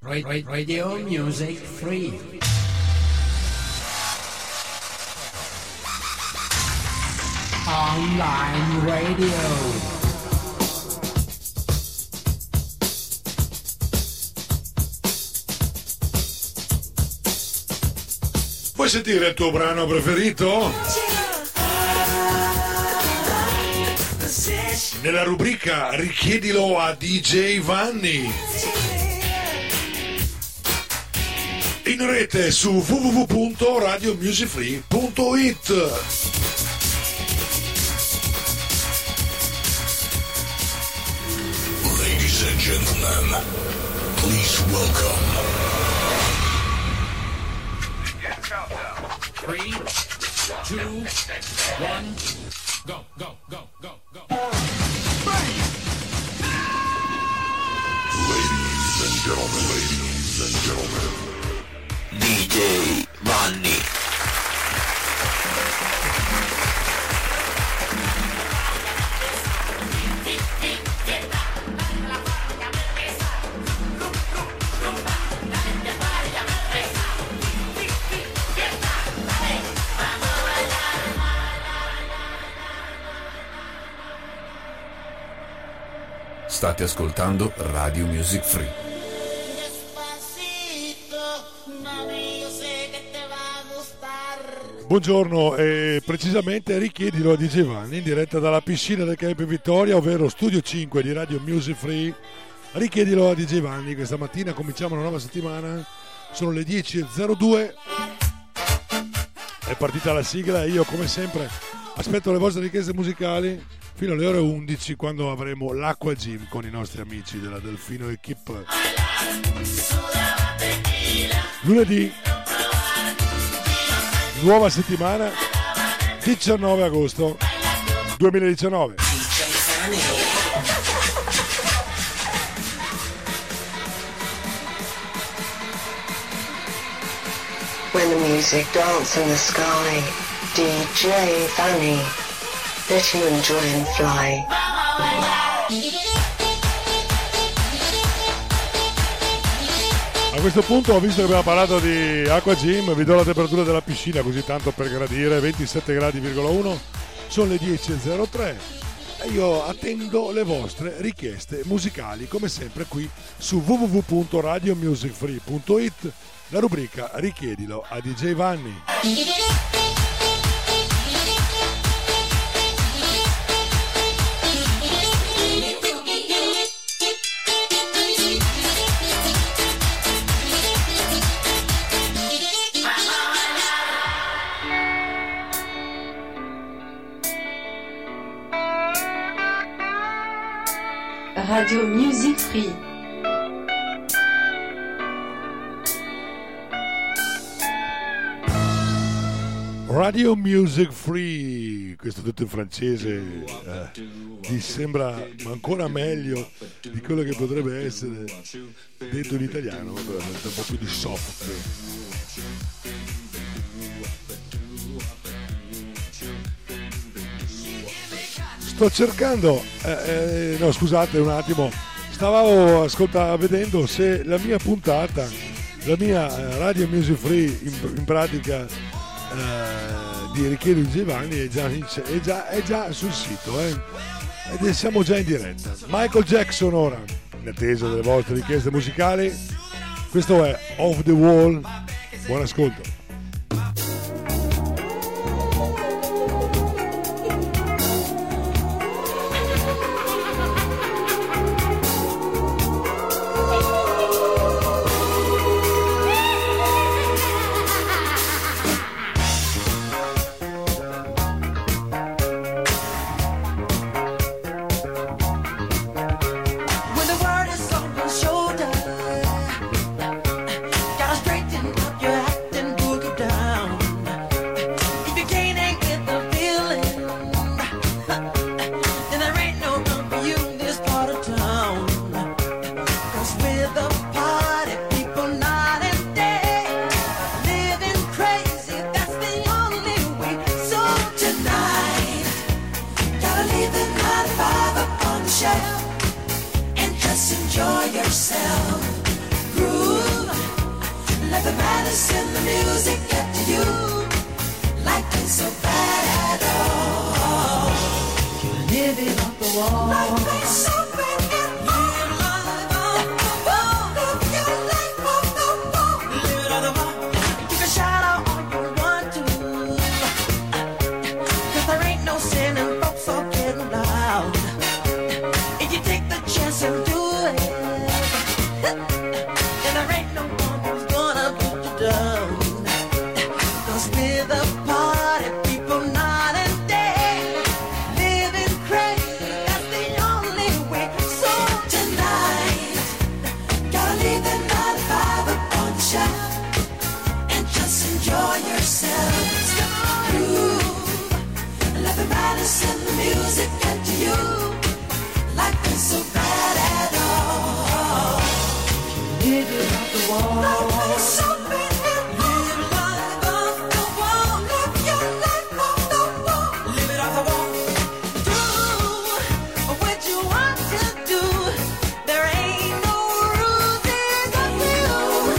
Radio Music Free. Online radio. Vuoi sentire il tuo brano preferito? Nella rubrica Richiedilo a DJ Vanni. In rete su www.radiomusicfree.it. Ladies and gentlemen, please welcome. 3, 2, 1, go, go, go, go, go. Ladies and gentlemen, DJ Vanni. State ascoltando Radio Music Free. Buongiorno, e precisamente richiedilo a DJ Vanni in diretta dalla piscina del Camp Vittoria, ovvero Studio 5 di Radio Music Free. Richiedilo a DJ Vanni, questa mattina cominciamo una nuova settimana, sono le 10.02, è partita la sigla e io come sempre aspetto le vostre richieste musicali fino alle ore 11 quando avremo l'Acqua Gym con i nostri amici della Delfino Equip. Lunedì, nuova settimana, 19 agosto 2019. When the music dance in the sky, DJ Vanni, let you enjoy and fly. A questo punto ho visto che abbiamo parlato di Acqua Gym, vi do la temperatura della piscina così tanto per gradire, 27 gradi,1, sono le 10.03 e io attendo le vostre richieste musicali come sempre qui su www.radiomusicfree.it, la rubrica Richiedilo a DJ Vanni. Radio Music Free. Radio Music Free, questo tutto in francese, ti sembra ancora meglio di quello che potrebbe essere detto in italiano, però un po' più di soft. Sto cercando, no scusate un attimo, stavo vedendo se la mia puntata, la mia Radio Music Free in pratica di Richiedi di Giovanni è già sul sito ed siamo già in diretta. Michael Jackson ora, in attesa delle vostre richieste musicali, questo è Off the Wall, buon ascolto. yourself, groove. the madness in the music get to you. Life ain't so bad at all. You're living off the wall. Life ain't so bad at all. Live life off the wall. Live your life off the wall. Live it on the wall. You can shout out all you want to, 'cause there ain't no sin in folks all getting loud. If you take the chance and do it, and there ain't no one who's gonna put you down. 'Cause we're the party people night and day, living crazy, that's the only way. So tonight, gotta leave the 9 to 5 up on the shelf and just enjoy yourself. Groove, let the madness and the music get to you. Life ain't so bad at all. Live it off the wall. Life ain't so bad at all. Live life off the wall. Live your life off the wall. Live it off the wall. Do what you want to do. There ain't no rules, there's only you.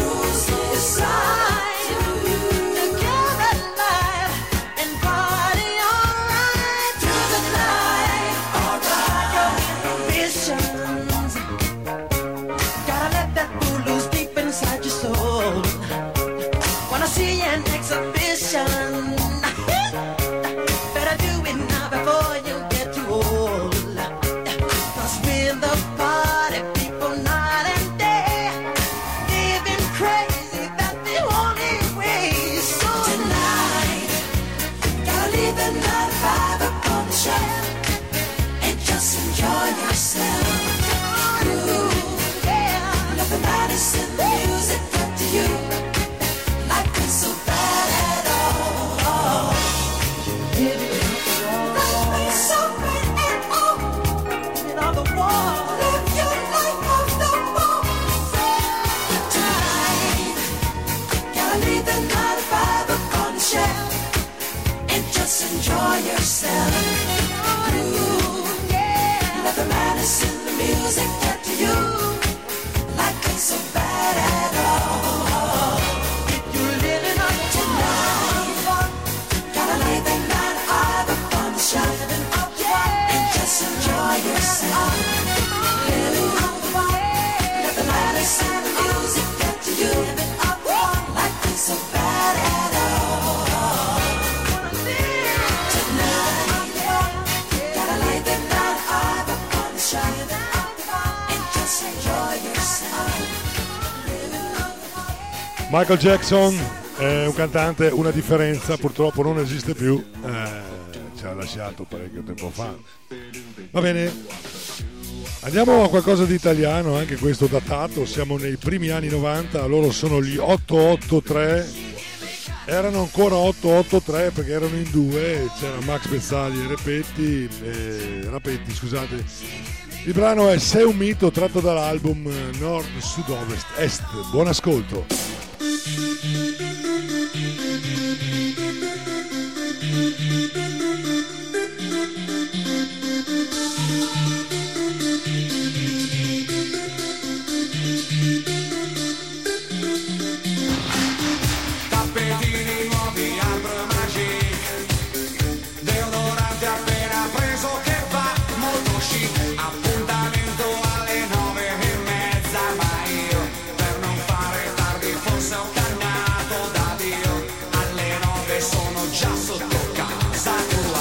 Decide to get alive and party alright through the night. Alright, your inhibitions. Gotta let that fool loose deep inside your soul. Wanna see an exhibition? Better do it now before you get too old. 'Cause we're the party people night and day, living crazy, that's the only way. So tonight, gotta leave the 9 to 5 up on the shelf and just enjoy yourself. Groove, yeah. Let the madness in the music get to you. Life ain't so bad at all. Live it off the wall. Life ain't so bad at all. Live it off the wall. Live your life off the wall. Tonight, gotta leave the 9 to 5 up on the shelf and just enjoy yourself. Groove, yeah. Let the madness in the music get to you. Life ain't so bad at all. If you're living up tonight, gotta leave the 9 to 5 up on the shelf and just enjoy yourself. Let the madness in the music get to you. Life ain't so bad at all. Tonight, gotta leave the 9 to 5 up on the shelf and just enjoy yourself. Michael Jackson è un cantante, una differenza purtroppo non esiste più, ci ha lasciato parecchio tempo fa. Va bene, andiamo a qualcosa di italiano, anche questo datato, siamo nei primi anni 90, loro sono gli 883, erano ancora 883 perché erano in due, c'era Max Pezzali e Rapetti, scusate. Il brano è Sei un mito, tratto dall'album Nord, Sud, Ovest, Est. Buon ascolto. Tappetini nuovi, Arbor Magic, deodorante appena preso che va molto chic. Appuntamento alle 9:30, ma io per non fare tardi forse ho cannato da Dio. Alle 9 sono già sotto casa tua.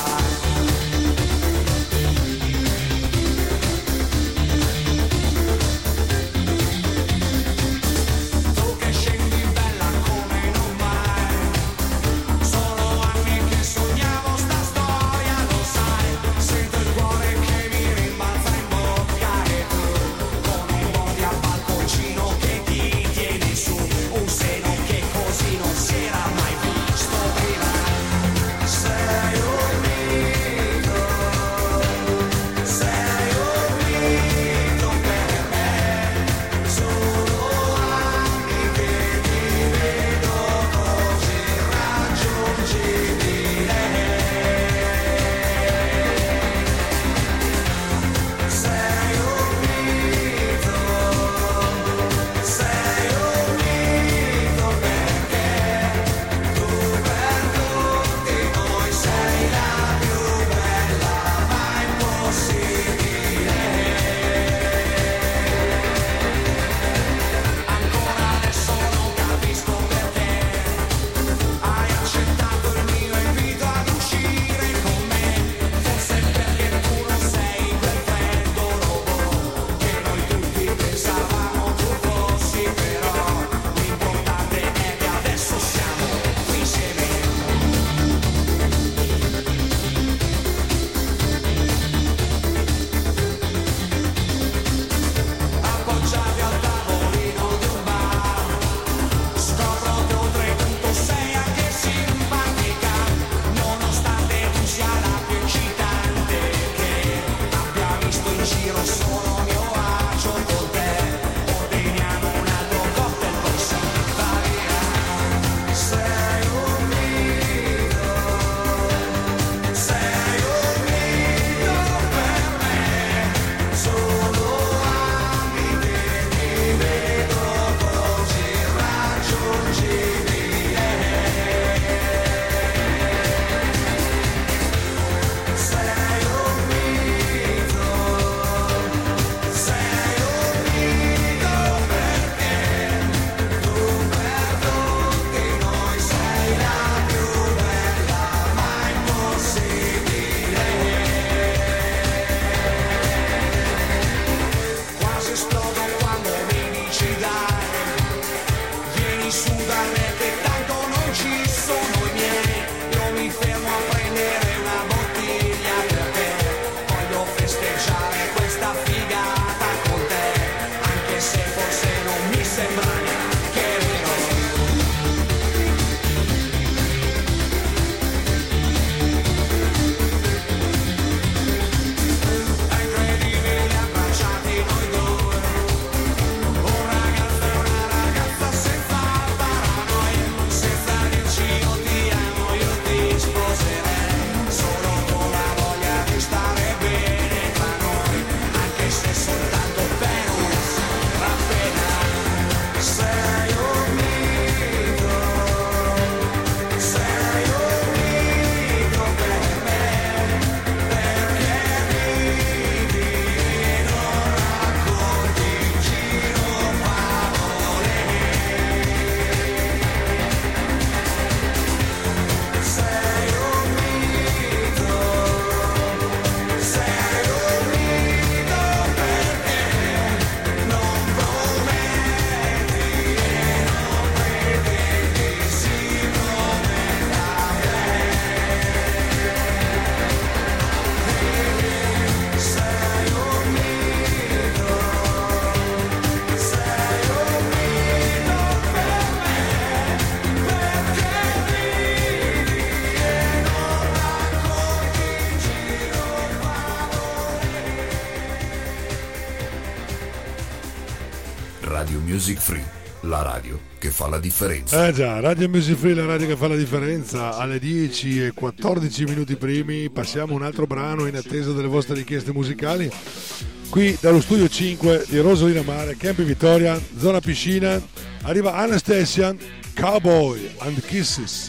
Radio Music Free, la radio che fa la differenza. Già, Radio Music Free, la radio che fa la differenza. Alle 10 e 14 minuti primi passiamo un altro brano in attesa delle vostre richieste musicali. Qui dallo studio 5 di Rosolina Mare, Campi Vittoria, zona piscina, arriva Anastasia, Cowboy and Kisses.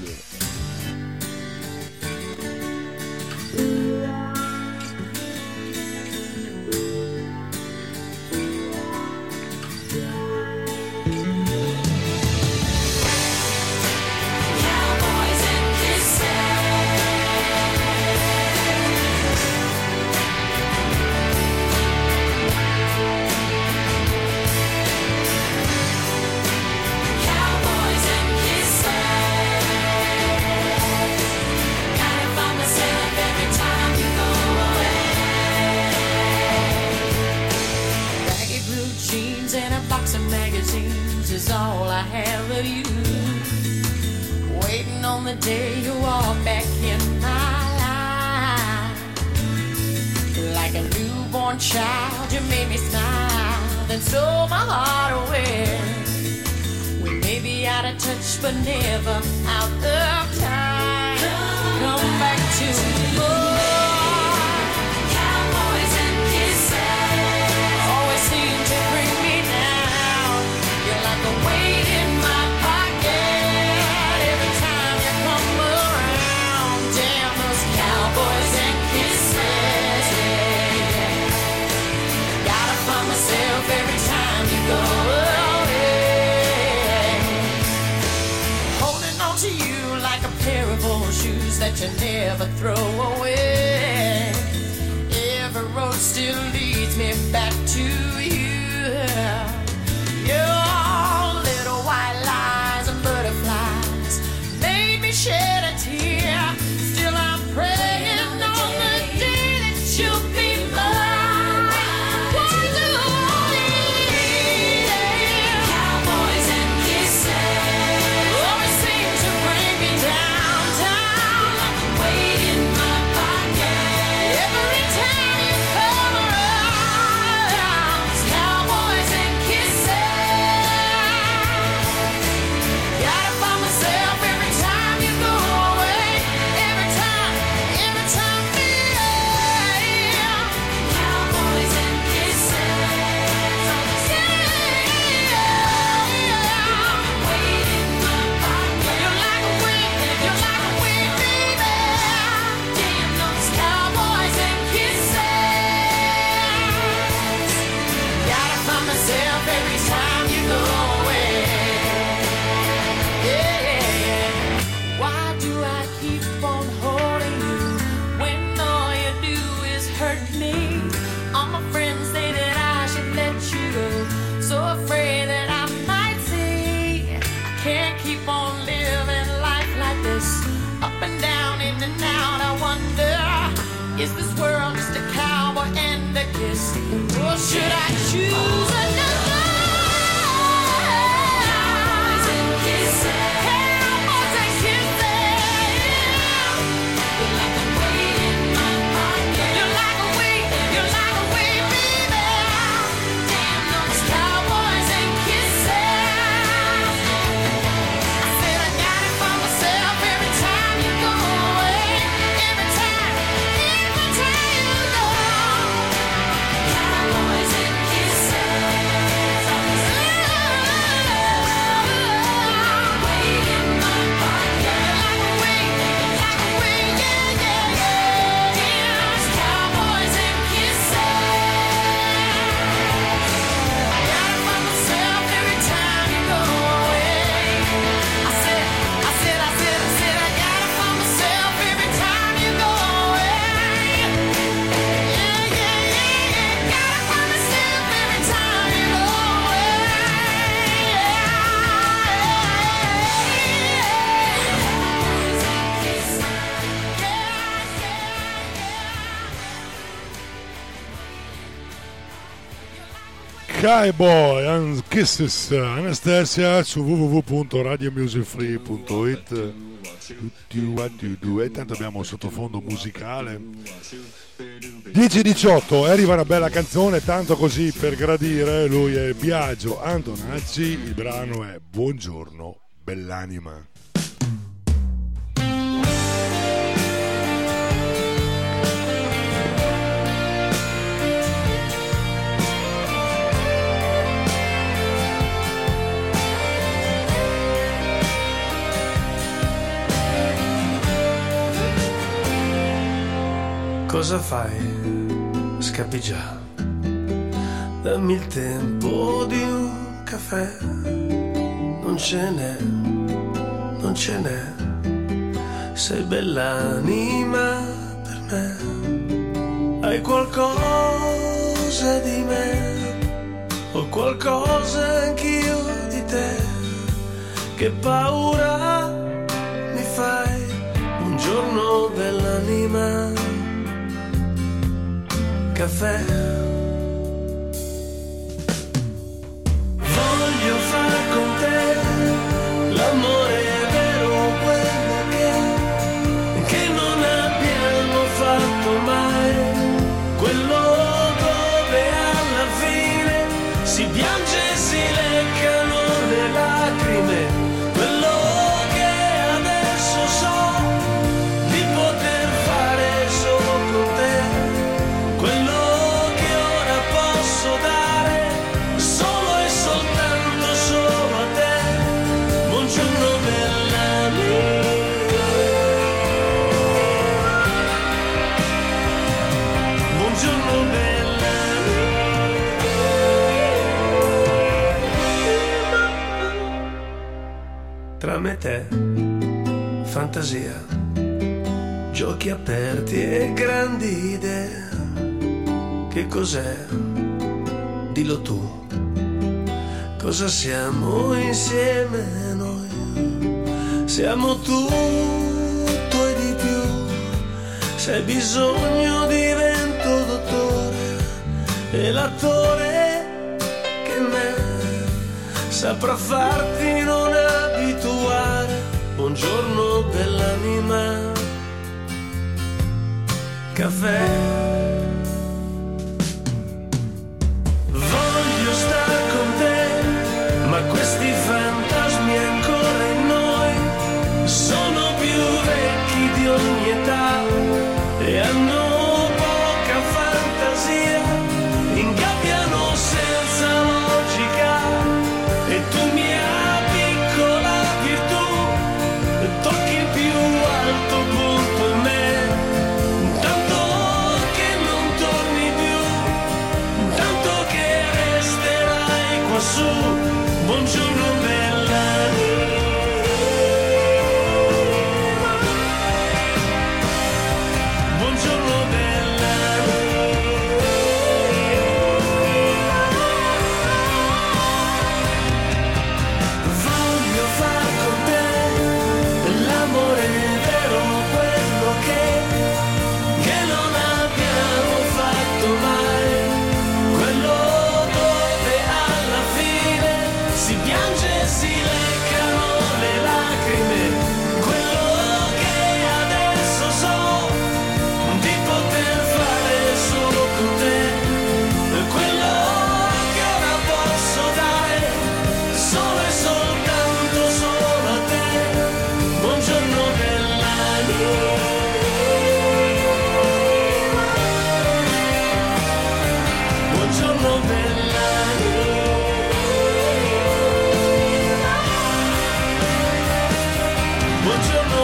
Cowboy and Kisses, Anastasia su www.radiomusicfree.it. E tanto abbiamo un sottofondo musicale. 10:18, arriva una bella canzone, tanto così per gradire. Lui è Biagio Antonacci, il brano è Buongiorno Bellanima. Cosa fai? Scappi già. Dammi il tempo di un caffè. Non ce n'è, non ce n'è. Sei bell'anima per me. Hai qualcosa di me. Ho qualcosa anch'io di te. Che paura mi fai. Buongiorno bell'anima. Caffè. Voglio far con te l'amore vero, quello che non abbiamo fatto mai, quello dove alla fine si piange e si leccano le lacrime, quello che adesso so di poter fare solo con te. Quello che ora posso dare solo e soltanto solo a te. Buongiorno bell'anima. Buongiorno bell'anima. Tra me e te, fantasia, giochi aperti e grandi idee. Che cos'è? Dillo tu. Cosa siamo insieme noi? Siamo tutto e di più. Se hai bisogno divento dottore e l'attore che me saprà farti non abituare. Buongiorno bell'anima. Caffè. Ma questi fantasmi ancora in noi sono più vecchi di ogni età e hanno poca fantasia, ingabbiano senza logica e tu mia piccola virtù tocchi il più alto punto in me, tanto che non torni più, tanto che resterai quassù. Buongiorno bell'anima. Buongiorno bell'anima. Voglio far con te l'amore vero, quello che non abbiamo fatto mai, quello dove alla fine si piange e si leccano le lacrime, quello che adesso so di poter fare solo con te, quello che ora posso dare solo e soltanto solo a te. Buongiorno bell'anima. Buongiorno bell'anima. Buongiorno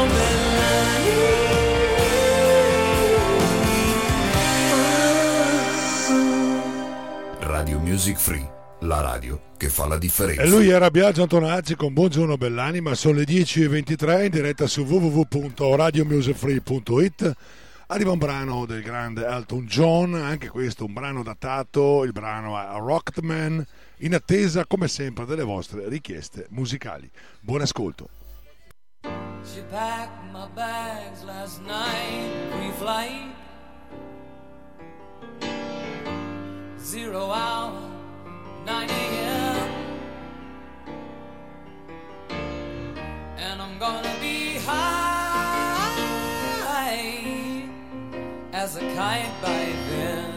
bell'anima. Radio Music Free, la radio che fa la differenza. E lui era Biagio Antonacci con Buongiorno Bellanima. Sono le 10:23 in diretta su www.radiomusicfree.it. Arriva un brano del grande Elton John, anche questo un brano datato, il brano è Rocketman, in attesa come sempre delle vostre richieste musicali. Buon ascolto. She packed my bags last night, pre-flight, 0 hour, 9 a.m. And I'm gonna be high as a kite by then.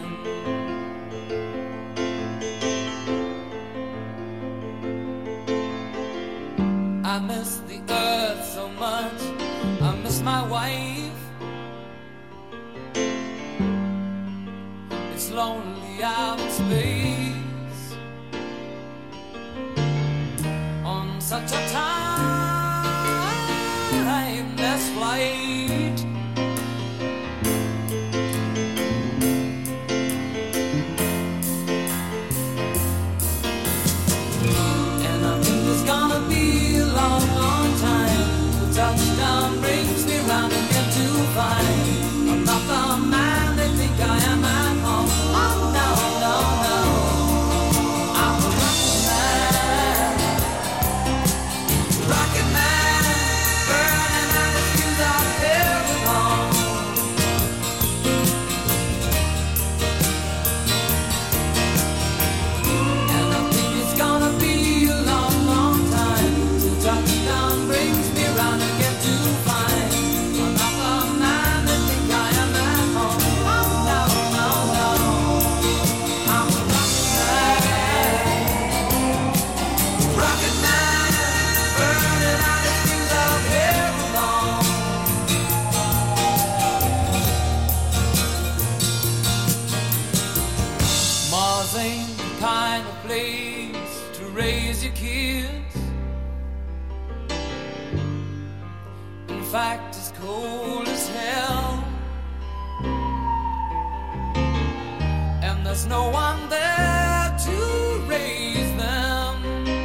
I miss the earth so much, I miss my wife. It's lonely out in space on such a timeless flight. And I think it's gonna be a long, long time till touchdown brings me round again to find I'm not the man they think I am at home. Oh no, no, no, I'm a rocket man, burning out the fuse out there alone. And I think it's gonna be a long, long time till touchdown brings me round again to find I'm not the man they think I am at home. Oh no, no, no, I'm a rocket man, burning out the fuse out here alone. Mars ain't the kind of place to raise your kids. In fact, it's cold as hell, and there's no one there to raise them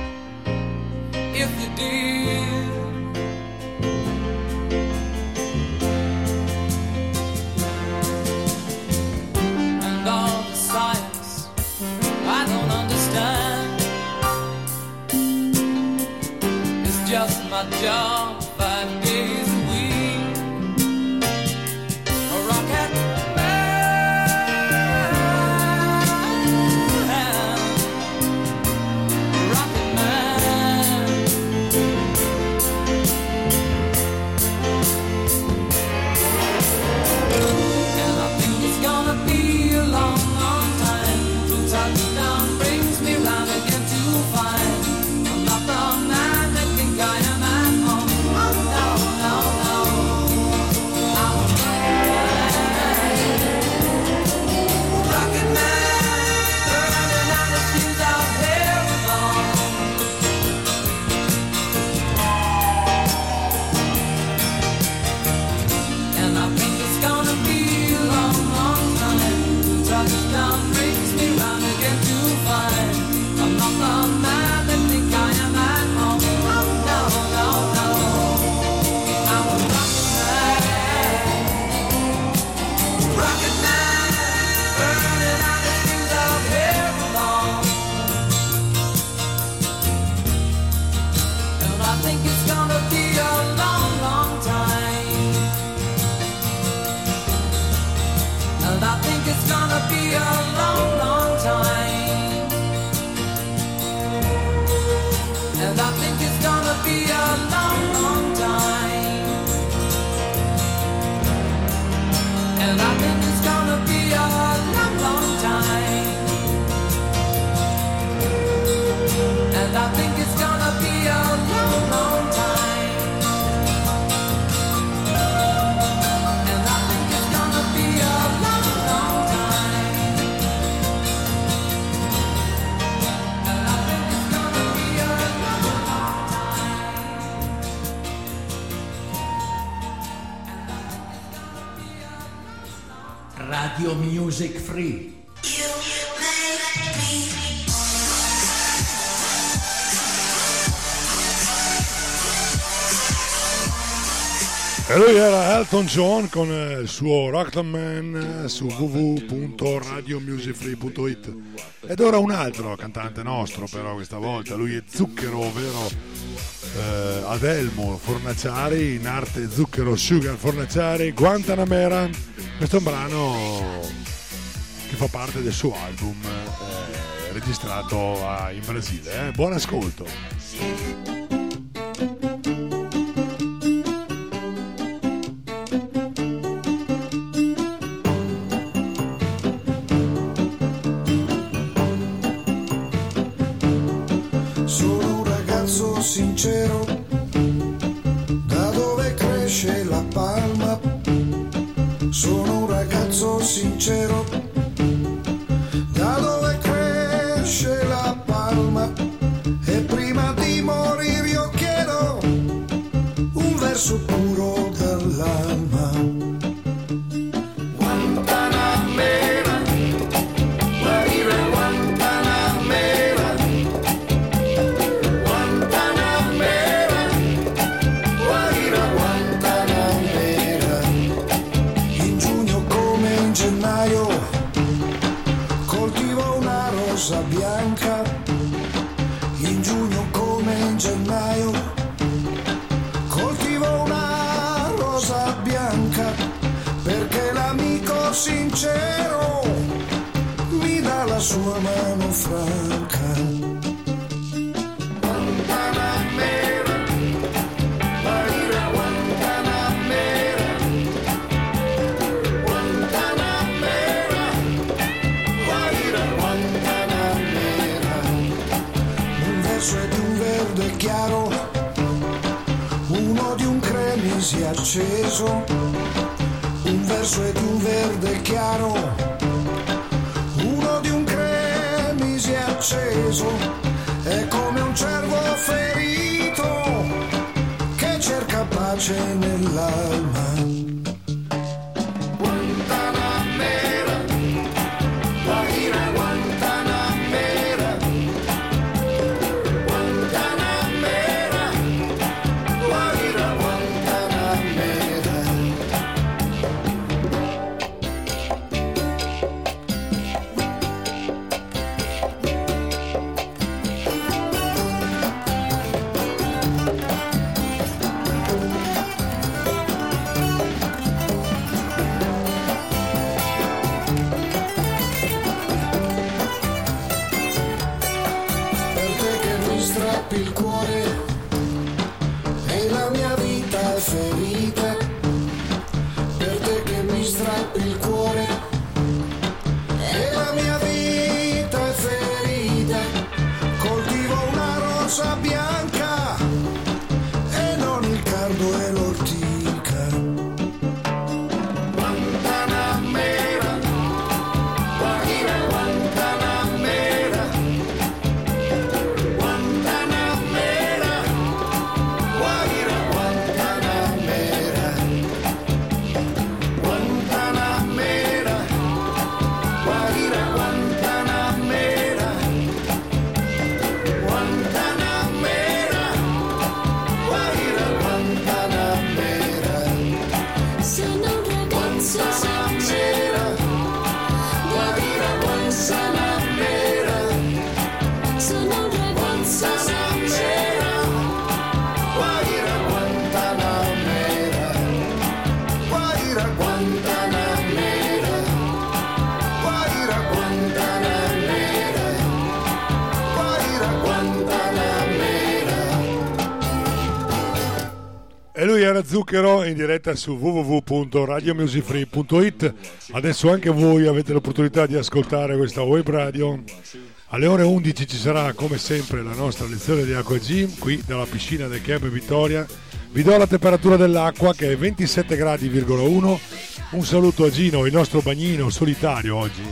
if you did. And all the science I don't understand, it's just my job 5 days a week. A rocket man, rocket man. And I think it's gonna be a long, long time till touchdown brings me round again to find I'm not the man they think I am at home. Oh no, no, no, I'm a rocket man, burning out the fuse out here alone. And I think it's gonna be a long, long time till touchdown brings me round again to find I'm not the man they think I am at home. Oh no, no, no, I'm a rocket man, burning out the fuse out here alone. And I think it's gonna be a long, long time. And I think it's gonna be a long, long time. And I think it's gonna be a long, long time. And I think it's gonna be a long, long time. And I think it's gonna be a long, long time. And I think it's gonna be a long, long time. And I think it's gonna be a long, long time. Radio Music Free. E lui era Elton John con il suo Rocketman su www.radiomusicfree.it. Ed ora un altro cantante nostro, però questa volta lui è Zucchero, ovvero Adelmo Fornaciari, in arte Zucchero Sugar Fornaciari, Guantanamera. Questo è un brano che fa parte del suo album registrato in Brasile. Buon ascolto. ragazzo sincero, da dove cresce la palma. Sono un ragazzo sincero, da dove cresce la palma. E prima di morire io chiedo un verso puro dall'alma. Guantanamera, guarire Guantanamera, Guantanamera, guarire Guantanamera. In giugno come in gennaio coltivo una rosa bianca. In giugno come in gennaio coltivo una rosa bianca, perché l'amico sincero mi dà la sua mano franca. Guantanamera, guarire Guantanamera, Guantanamera, guarire Guantanamera. Un verso è di un verde chiaro, uno di un cremisi acceso. Un verso è di un verde chiaro, uno di un cremisi acceso. È come un cervo ferito che cerca pace nell'alma. Guantanamera, guarire Guantanamera, Guantanamera, guarire Guantanamera. Il cuore e la mia vita è ferita, per te che mi strappi il cuore e la mia vita è ferita. Coltivo una rosa bianca e non il cardo e l'ortica. Guantanamera, guarire Guantanamera, Guantanamera, guarire Guantanamera, Guantanamera, guarire Guantanamera, Guantanamera, guarire Guantanamera. Sono un ragazzo Guantanamera, guarire Guantanamera, sono un ragazzo Guantanamera, guarire Guantanamera, guarire Guantanamera, guarire Guantanamera, guarire Guantanamera. E lui era Zucchero, in diretta su www.radiomusicfree.it. Adesso anche voi avete l'opportunità di ascoltare questa web radio. Alle ore 11 ci sarà come sempre la nostra lezione di acqua gym qui dalla piscina del Camp Vittoria. Vi do la temperatura dell'acqua che è 27 gradi,1. Un saluto a Gino, il nostro bagnino solitario oggi.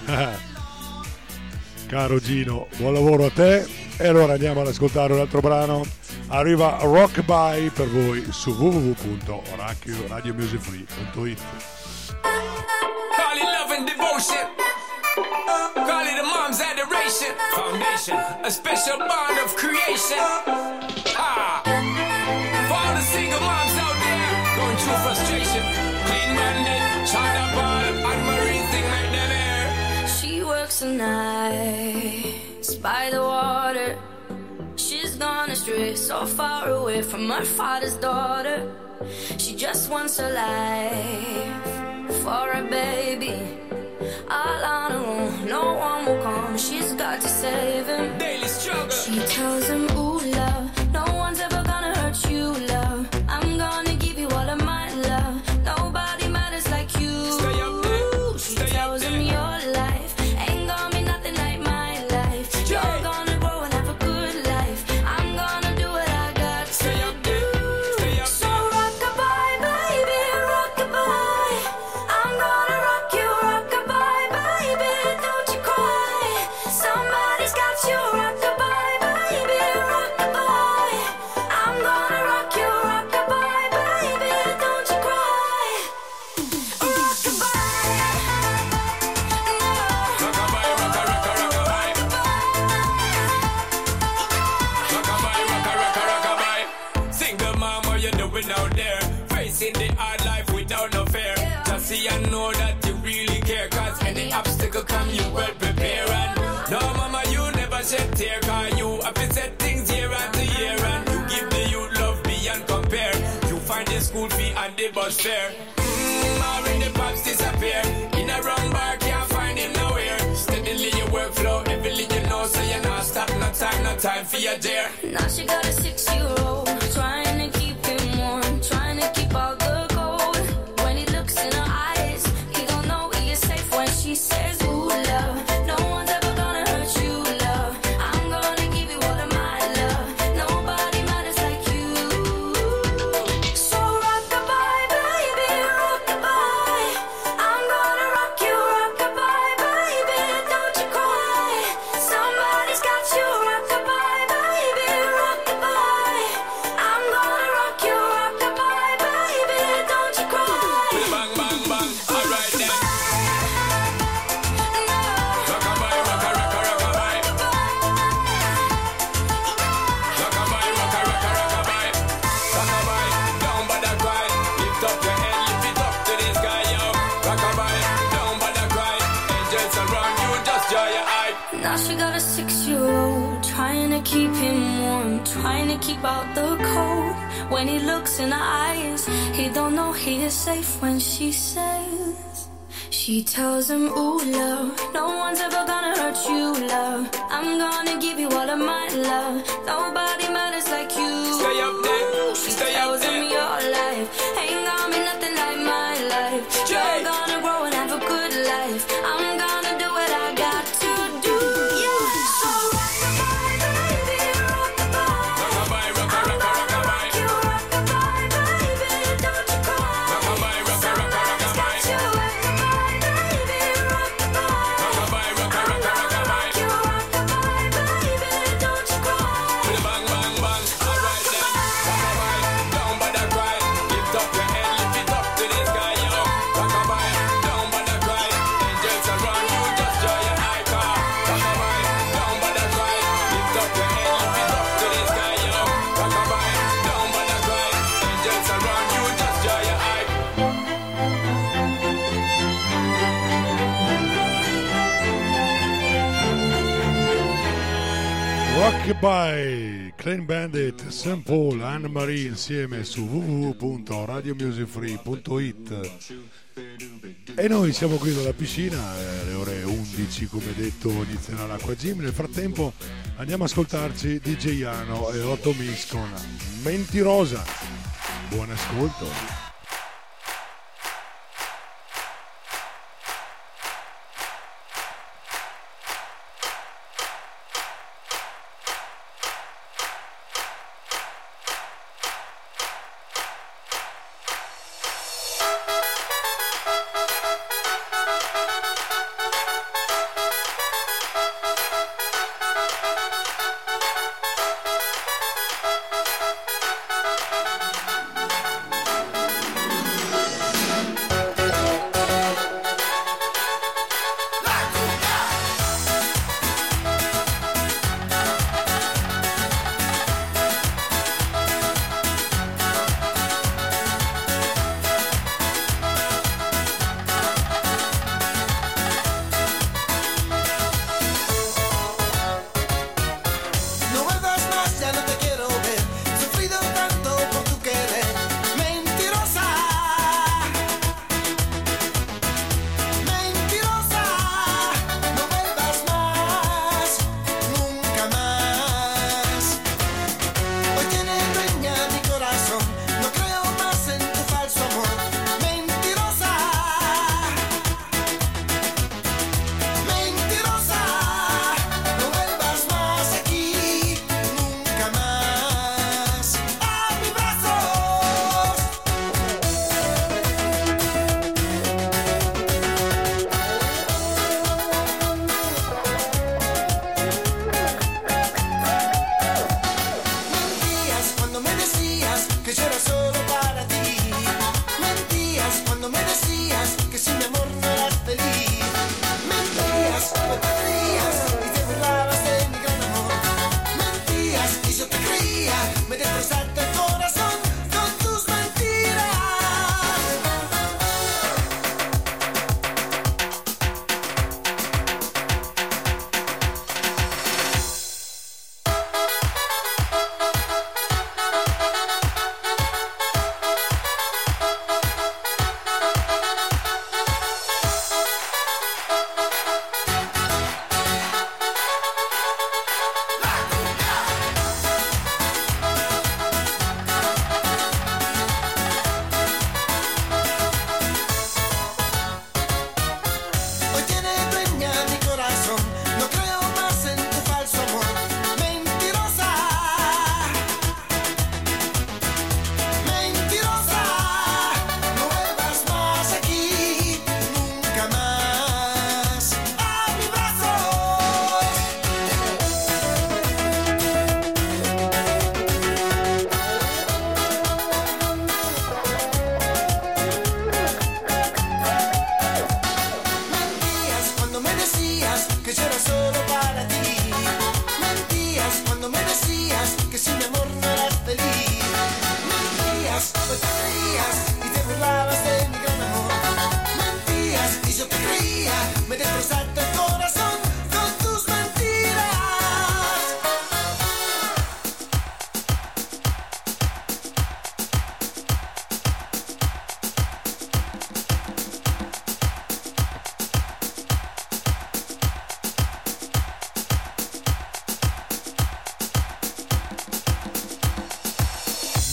Caro Gino, buon lavoro a te. E allora andiamo ad ascoltare un altro brano. Arriva Rock By per voi su www.radiomusicfree.it. Call it love and devotion. Call it a mom's adoration. Foundation, a special bond of creation. Ah, for all the single moms out there going through frustration. Clean Monday, China ball, Anne-Marie thing right there. She works the nights by the water. She's gone astray, so far away from her father's daughter. She just wants a life for a baby. All on her own, no one will come. She's got to save him. Daily struggle. She tells him, ooh, love, no one's ever gonna hurt you, love. I'm gonna give you all of my love. Nobody matters like you. Stay up there. She tells him your life ain't gonna be nothing like my life. You're gonna grow and have a good life. I'm gonna do from you well prepared. And no, mama, you never shed tear, cause you have to set things year after year. And you give the youth love beyond compare. You find the school fee and the bus fare. Or in the pops disappear. In a wrong bar, can't find him nowhere. Steadily your workflow, everything you know, so you're not stop, no time for your dare. Now she got a 6-year-old, trying to keep him warm, trying to keep all the cold. When he looks in her eyes, he don't know he is safe when she says, ooh, love, no one's ever gonna hurt you, love. I'm gonna give you all of my love. Nobody matters like you. So rock-a-bye, baby, rock-a-bye. I'm gonna rock you, rock-a-bye, baby, don't you cry. Somebody's got you, rock-a-bye, baby, rock-a-bye. I'm gonna rock you, rock-a-bye, baby, don't you cry. Bang, bang, bang, alright then. Rock-a-bye, rock-a-bye. Rock-a-bye, rock-a-bye. Rock-a-bye, don't bother cry. Lift up your head, lift it up to the sky, yo. Rock-a-bye, don't bother cry. Angels around you, just joy your eye. Now she got a 6-year-old, trying to keep him warm, trying to keep out the cold. When he looks in her eyes, he don't know he is safe when she says, she tells him, ooh, love, no one's ever gonna hurt you, love. I'm gonna give you all of my love. Nobody matters like you. Stay up there, She stay up tells him there. your life ain't gonna be nothing like my life. You're gonna grow and have a good life. I'm gonna do what I got to do. So rock-a-bye, baby, rock-a-bye. Rock-a-bye, rock-a-bye. You rock-a-bye, baby, don't you cry. Rock-a-bye, rock-a-bye. Got you rock-a-bye, baby, rock-a-bye. Rock-a-bye, rock-a-bye. You rock-a-bye, baby, don't you cry. Bang, bang, bang, alright then. Rock-a-bye, don't bother cry. Lift up your head, lift it up to the sky, yo. Rock-a-bye, don't bother cry. Angels around you, just joy your eye car. Rock-a-bye, don't bother cry. Lift up your head, lift it up to the sky, yo. Rock-a-bye, don't bother cry. Angels around you, just joy your eye. Rockabye, Clean Bandit, St. Paul, Anne Marie insieme su www.radiomusicfree.it. E noi siamo qui dalla piscina, alle ore 11 come detto inizierà l'acqua gym. Nel frattempo andiamo a ascoltarci DJ Iano e Otto Mix con Mentirosa. Buon ascolto.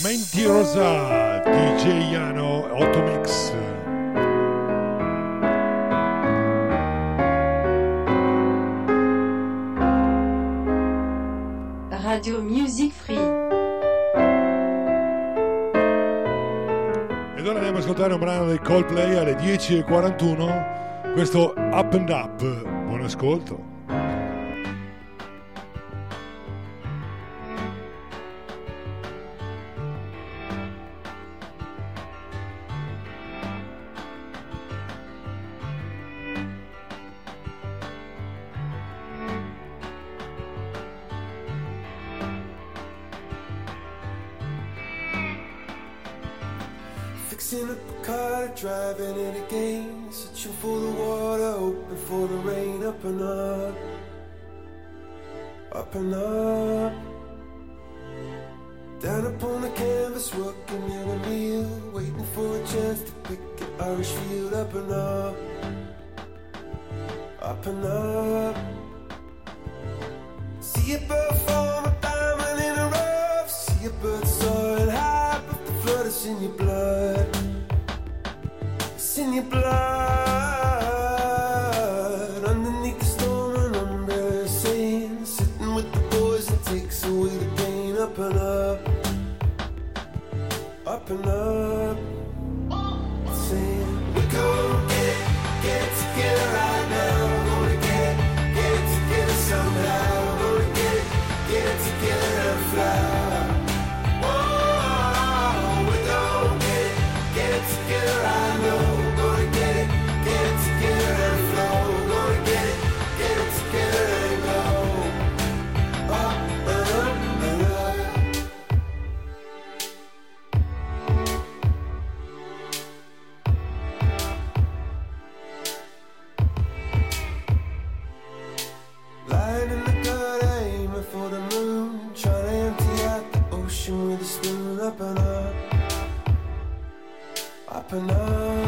Mentirosa, DJ Iano, Automix. Radio Music Free. Ed ora andiamo a ascoltare un brano dei Coldplay alle 10:41. Questo Up and Up. Buon ascolto. Fixing up a car, driving it again, searching for the water, hoping for the rain. Up and up, up and up. Down upon the canvas, working in a meal, waiting for a chance to pick an Irish field. Up and up, up and up. See a bird form a diamond in a rough, see a bird soaring high, but the flood is in your blood. It's in your blood. Underneath the storm, an umbrella saying, sitting with the boys, it takes away the pain. Up and up, up and up. Saying, we're gonna get it together right now. We're gonna get it together somehow. We're gonna get it together and fly. Whoa, we're gonna get it together right now. Up and up, up and up.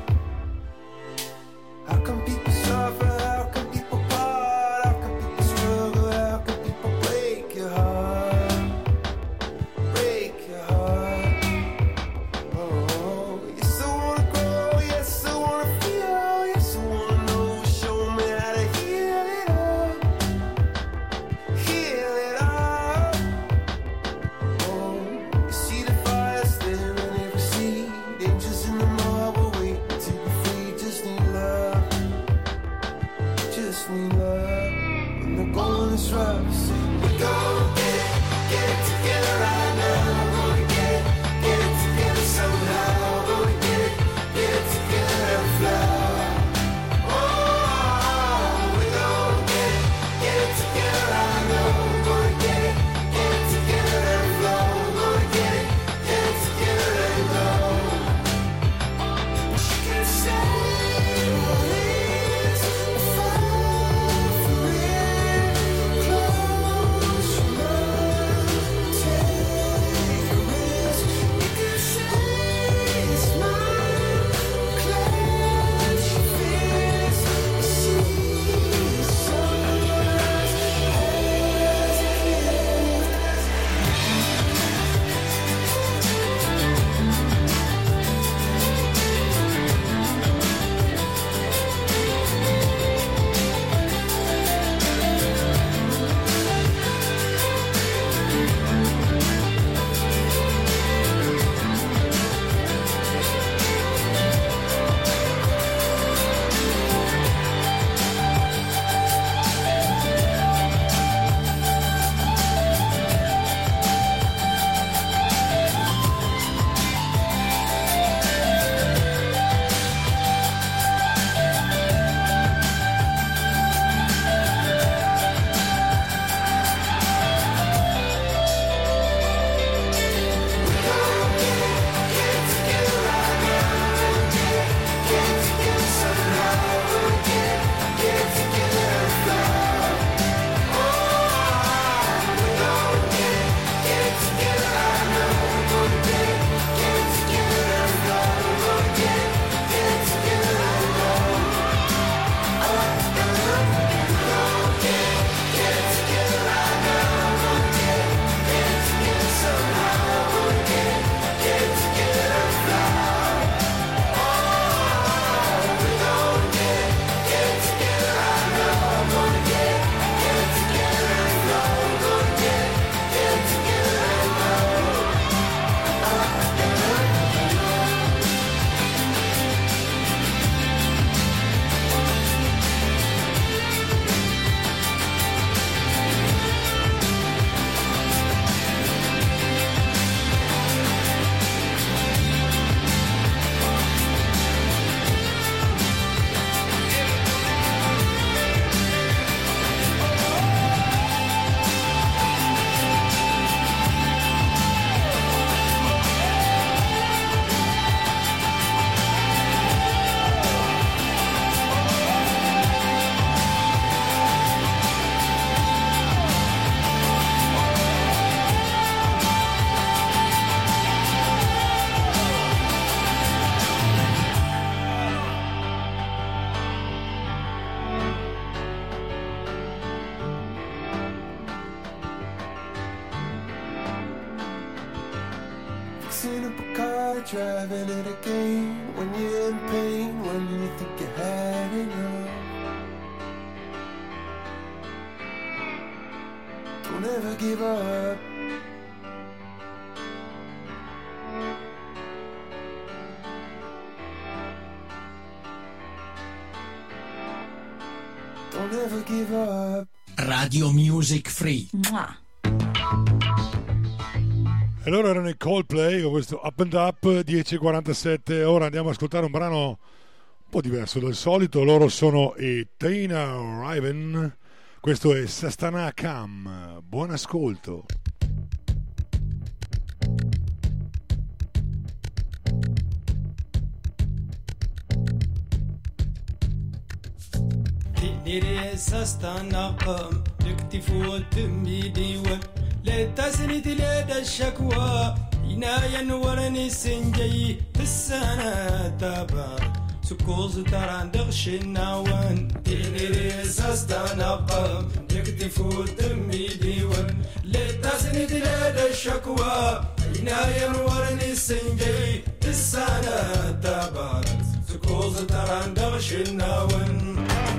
How come people suffer? How come people part? How come people struggle? How come people break your heart? Break your heart. Oh, yes I wanna grow, yes I wanna feel, yes I wanna know. Show me how to heal it all. Heal it all. See the fire staring in every sea, dangers in the marble waiting Fixing up a car, driving it again. When you're in pain, when you think you had enough. Don't ever give up. Don't ever give up. Radio Music Free. Mua. E loro erano i Coldplay con questo Up and Up 10:47. Ora andiamo ad ascoltare un brano un po' diverso dal solito. Loro sono i Taina Raven. Questo è Sastana Kam. Buon ascolto. Nere Sastana Kam. Liktifu Tumi Diwan. للتسنيد لدى الشكوى عنايا ورني السنجي السنة تابع سكوز ترى دغش النوان ديني ريساس تنقم يكتفو دمي ديوان للتسنيد لدى الشكوى عنايا ورني السنجي السنة تابع سكوز ترى دغش النوان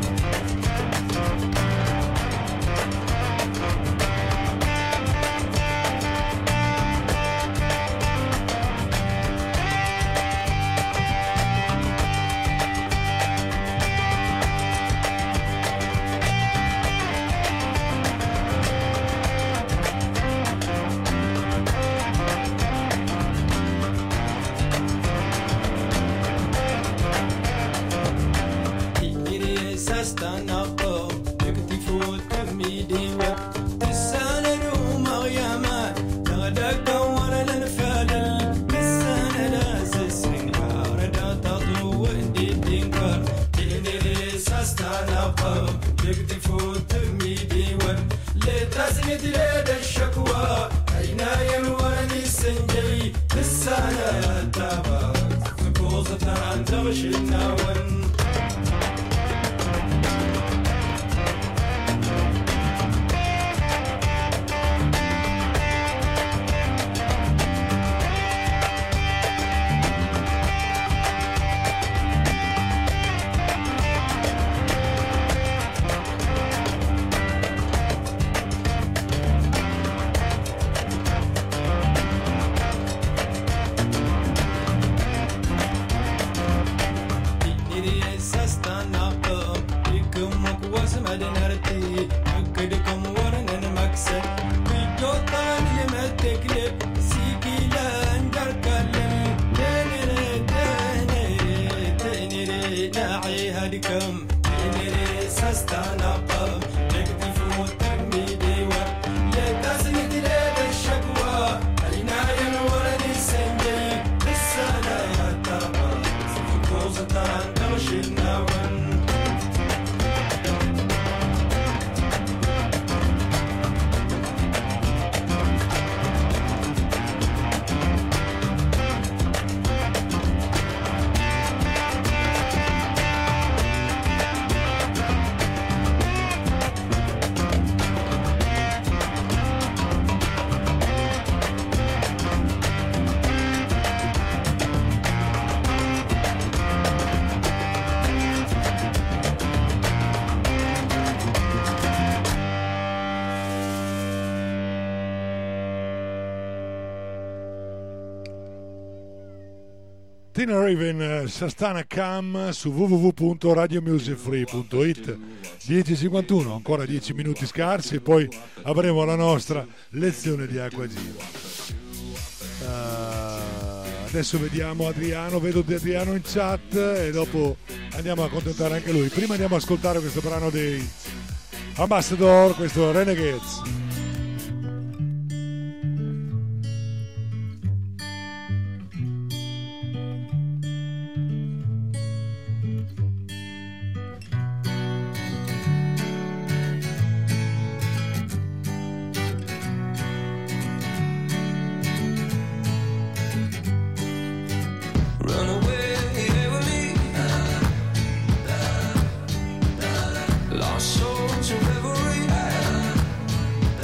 Tina Raven, Sastana Kam su www.radiomusicfree.it. 10:51, ancora 10 minuti scarsi e poi avremo la nostra lezione di acquagiva. Adesso vediamo Adriano, vedo Adriano in chat e dopo andiamo a accontentare anche lui. Prima andiamo ad ascoltare questo brano dei Ambassador, questo Renegades. Lost souls in revelry.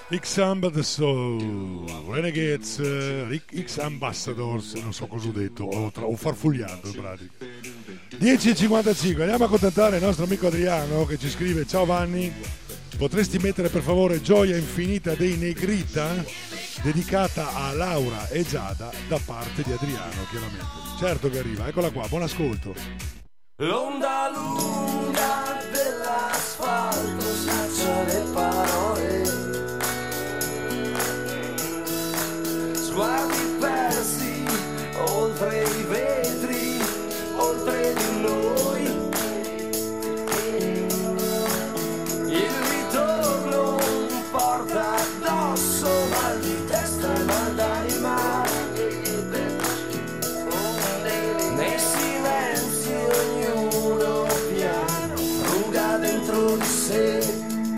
X-Amba the Soul, Renegades, X-Ambassadors, non so cosa ho detto, ho farfugliato in pratica. 10:55, andiamo a accontentare il nostro amico Adriano che ci scrive: ciao Vanni, potresti mettere per favore Gioia Infinita dei Negrita, dedicata a Laura e Giada da parte di Adriano, chiaramente. Certo che arriva, eccola qua, buon ascolto. L'onda lunga dell'asfalto snaccia le parole, sguardi persi oltre i vetri, oltre di noi. Il ritorno porta addosso mal di testa e mal d'anima. Nei silenzi ognuno piano ruga dentro di sé.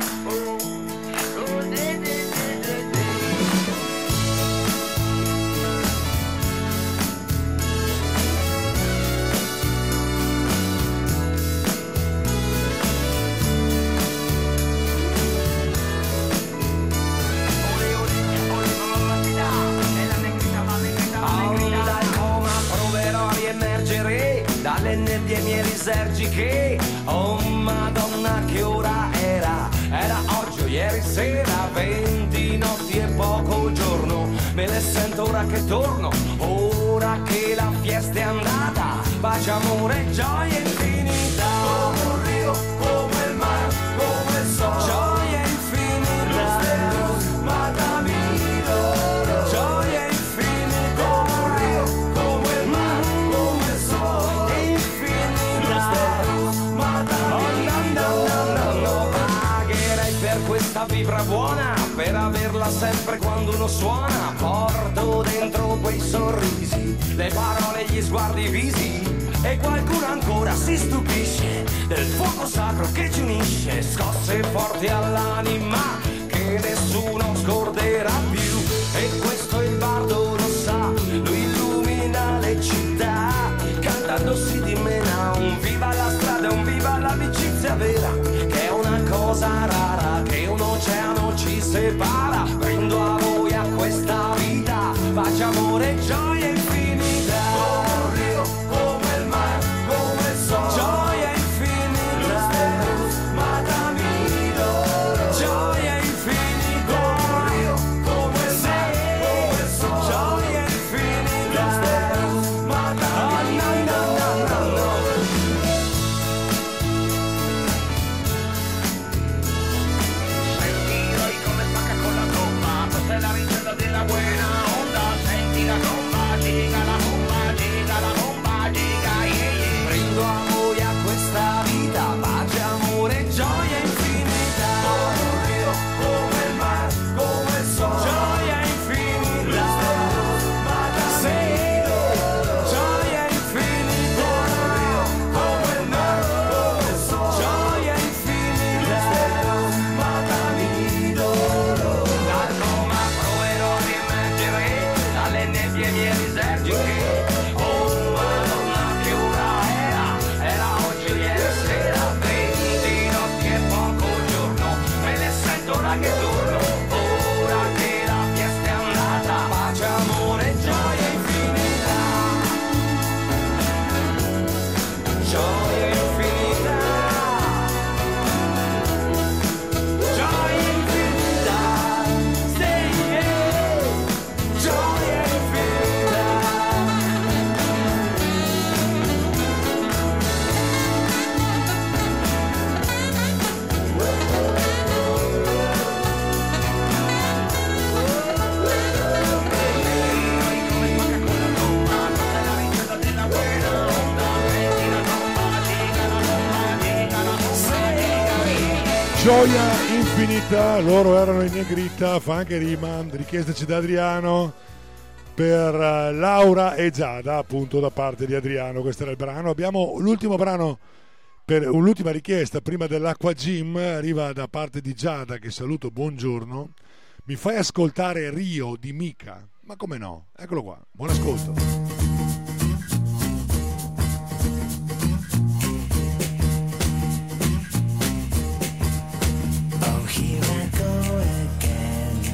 Dalle nebbie mie risergiche, oh madonna che ora era oggi o ieri sera, 20 notti e poco giorno, me le sento ora che torno, ora che la fiesta è andata, pace, amore, gioia infinita, come un rio, come il mare, come il sole, gioia infinita, matami d'oro, gioia infinita, come un rio, come il mare, come il sole. Pagherei per questa vibra buona, per averla sempre quando uno suona. Porto dentro quei sorrisi, le parole, gli sguardi, i visi, e qualcuno ancora si stupisce del fuoco sacro che ci unisce. Scosse forti all'anima che nessuno scorderà più, e questo il bardo lo sa, lui illumina le città, cantando si dimena un viva la strada, un viva l'amicizia vera, che è una cosa rara, che un oceano ci separa. Brindo a voi, a questa vita, pace, amore, gioia infinita, come un rio, come il mare, come il sole, gioia infinita, matami d'oro, gioia infinita, come un rio, come il mare, come il sole, gioia infinita, matami d'oro. La ricetta della buena onda, senti la bomba, diga la bomba, diga la bomba, diga yeah, yeah. Brindo a voi, a questa vita, pace, amore, gioia infinita, come un rio, come il mare, come il sole, gioia infinita, matami d'oro, gioia infinita, come un rio, come il mare, come il sole, gioia infinita, matami d'oro. Dalle nebbie mie risergiche, oh madonna che ora era oggi o ieri sera, 20 notti e poco giorno, me ne sento ora che torno, ora che la fiesta è andata, pace, amore, gioia infinita, gioia infinita, gioia infinita, stay here, gioia infinita. Gioia infinita, loro erano in Negrita, fa anche rima, richiestaci da Adriano per Laura e Giada, appunto da parte di Adriano. Questo era il brano. Abbiamo l'ultimo brano per l'ultima richiesta prima dell'Acqua Gym, arriva da parte di Giada, che saluto, buongiorno. Mi fai ascoltare Rio di Mika? Ma come no? Eccolo qua, buon ascolto. Here I go again.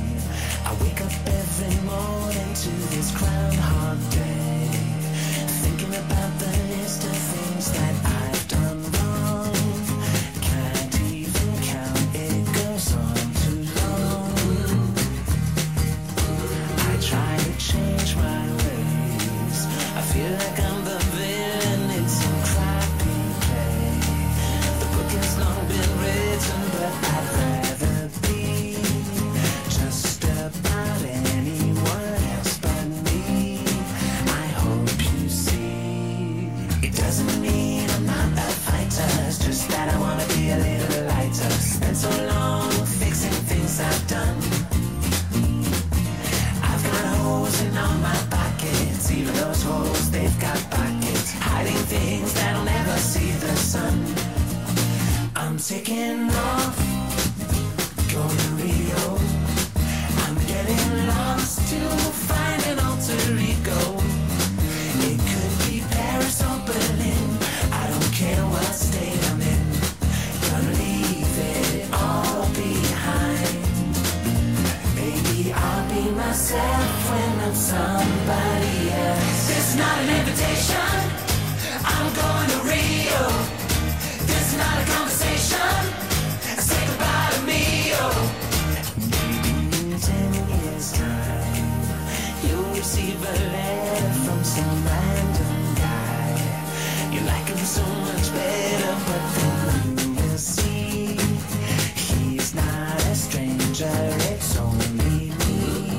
taking off, going to Rio. I'm getting lost to find an alter ego. It could be Paris or Berlin, I don't care what state I'm in. Gonna leave it all behind. Maybe I'll be myself when I'm somebody else. This is not an invitation, I'm going to Rio. This is not a conversation, say goodbye to me, oh. Maybe in 10 years time, you'll receive a letter from some random guy. You like him so much better, but then you will see he's not a stranger, it's only me.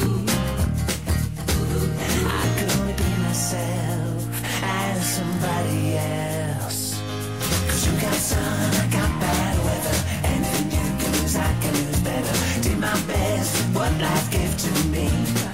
I could only be myself and somebody else. Cause you got sun, I got bad weather. Anything you can lose, I can lose better. Did my best with what life gave to me.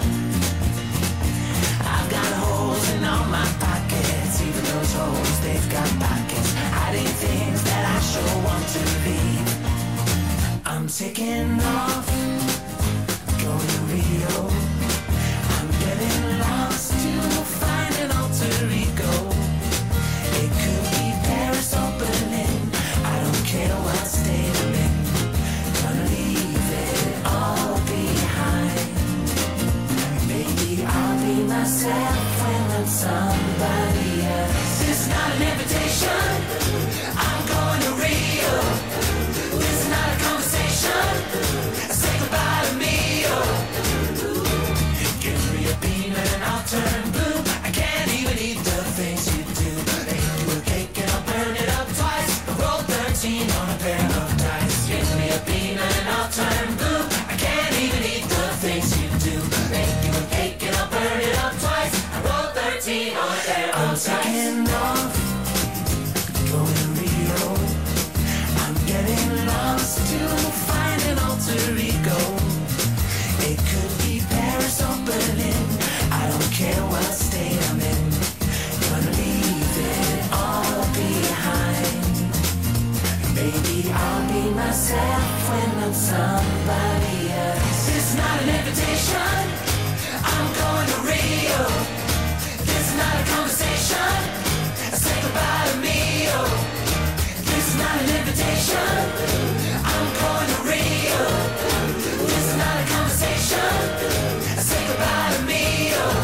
I've got holes in all my pockets. Even those holes, they've got pockets. Hiding things that I sure want to leave. I'm taking off, going to Rio. I'm getting lost to find an alter ego. It could be Paris or Berlin, I don't care what state I'm in. Gonna leave it all behind. Maybe I'll be myself when I'm somebody else. This is not an invitation, I'm going to Rio. This is not a conversation, say goodbye to me, oh. Give me a bean and I'll turn blue. I can't even eat the things you do. Bake you a cake and I'll burn it up twice. Roll 13 on a pair of dice. Give me a bean and I'll turn blue. I can't even eat the things you do. Bake you a cake and I'll burn it up twice. Roll 13 on a pair of dice. I'm taking off, going to Rio. I'm getting lost to find an alter ego. It could be Paris or Berlin, I don't care what state I'm in. Gonna leave it all behind. Maybe I'll be myself when I'm somebody else. This is not an invitation, I'm going to Rio. This is not a conversation, say goodbye to me, oh. This is not an invitation, I'm going to Rio. This is not a conversation, say goodbye to me, oh.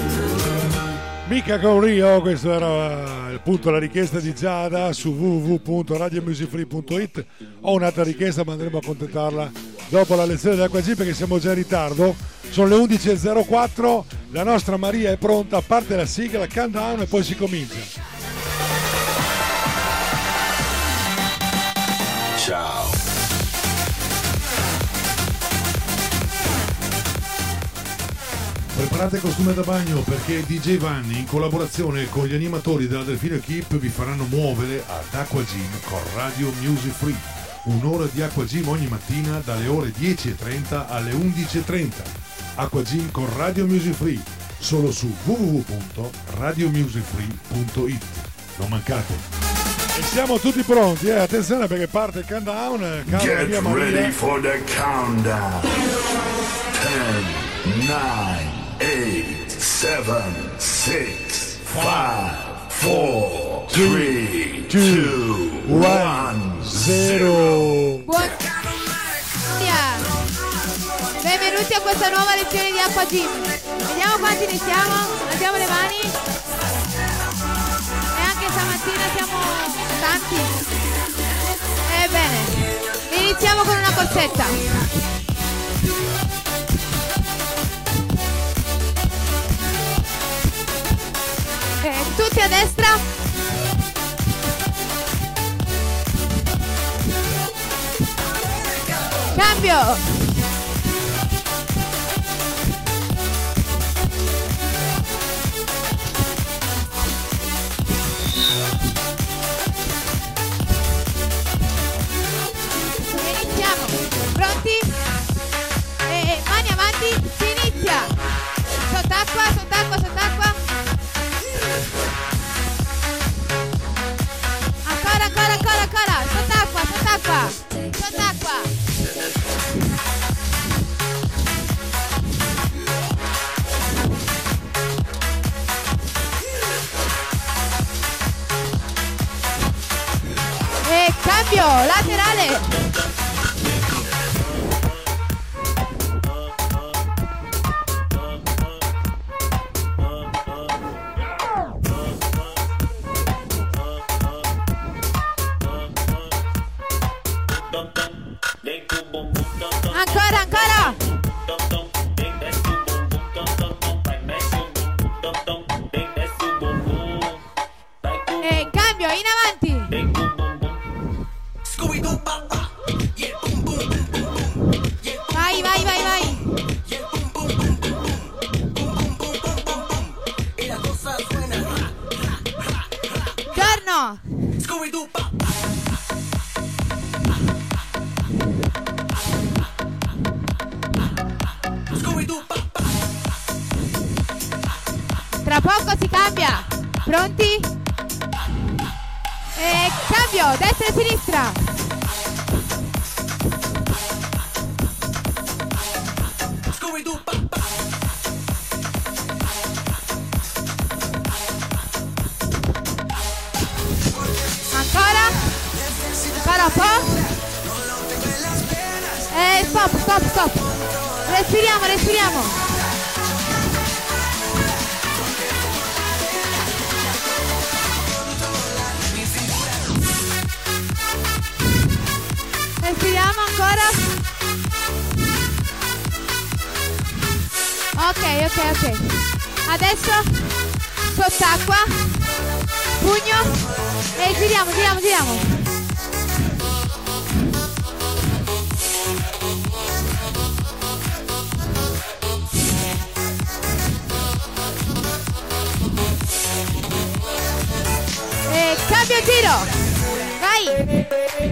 Mica con Rio, questo era appunto la richiesta di Giada su www.radiomusicfree.it. Ho un'altra richiesta ma andremo a accontentarla dopo la lezione dell'Acqua G perché siamo già in ritardo. Sono le 11.04, la nostra Maria è pronta, parte la sigla, countdown e poi si comincia. Ciao. Preparate costume da bagno perché DJ Vanni in collaborazione con gli animatori della Delfino Equipe vi faranno muovere ad Acqua Gym con Radio Music Free. Un'ora di Acqua Gym ogni mattina dalle ore 10.30 alle 11.30. Acqua Gym con Radio Music Free, solo su www.radiomusicfree.it. Non mancate. E siamo tutti pronti, attenzione perché parte il countdown. Get ready for the countdown. 10, 9, 8, 7, 6, 5, 4, 3, 2, 1, 0. Benvenuti a questa nuova lezione di Acqua Gym. Vediamo quanti ne siamo. Alziamo le mani. E anche stamattina siamo tanti. Ebbene, iniziamo con una corsetta. Tutti a destra. Cambio. Iniziamo. Pronti? E mani avanti, si inizia. Sott'acqua, sott'acqua, sott'acqua. Ancora, ancora, ancora, ancora. Sott'acqua, sott'acqua. Cambio, laterale. Ancora, ancora. E cambio, in avanti. Vai, vai, vai, vai. Torno. Tra poco si cambia. Pronti? E cambio, destra e sinistra. Ancora? Ancora un po'? Stop, stop, stop. Respiriamo, respiriamo. Respiriamo ancora. Ok, ok, ok. Adesso sott'acqua, pugno e giriamo, giriamo, giriamo. E cambio giro. Vai.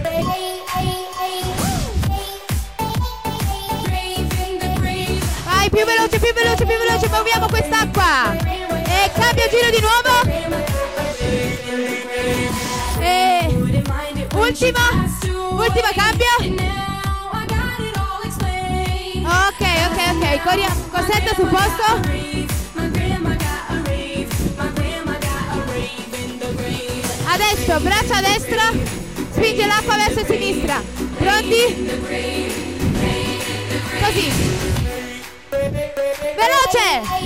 Più veloce, più veloce, più veloce, muoviamo quest'acqua. E cambio giro di nuovo. E ultima cambio. Ok, ok, ok. Corsetta sul posto. Adesso braccia a destra, spinge l'acqua verso sinistra. Pronti? Così. Veloce!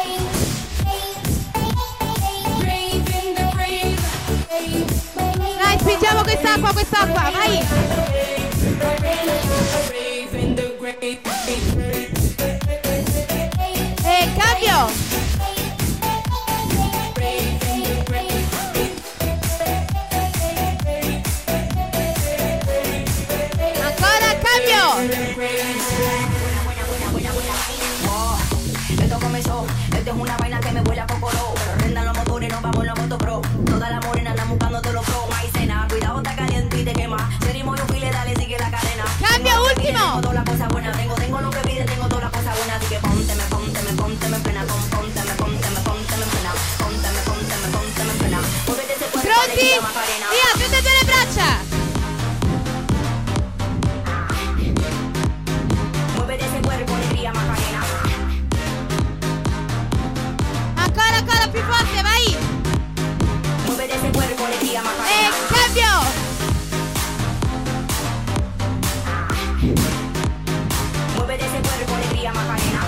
Dai, spingiamo quest'acqua, vai! E cambio! Ancora cambio! Esto comenzó, esto es una vaina que me vuela popolo. Prendan los motores, nos vamos en la moto pro. Todas las morenas andan buscando todos los pro. Maicena, cuidado, está caliente y te quema. Seguimos y un file, dale, sigue la cadena. ¡Cambio último! Tengo toda la cosa buena, tengo lo que pide, tengo toda la cosa buena. Así que pónteme en plena. Pónteme en plena. Pónteme en plena. Muévete ese cuerpo, pronti? alegría, Macarena. Via, prendete le braccia! Muévete ese cuerpo, alegría, Macarena. Ancora più forte, vai! Muévete ese cuerpo, alegría, Macarena. E cambio! Muévete ese cuerpo, alegría, Macarena.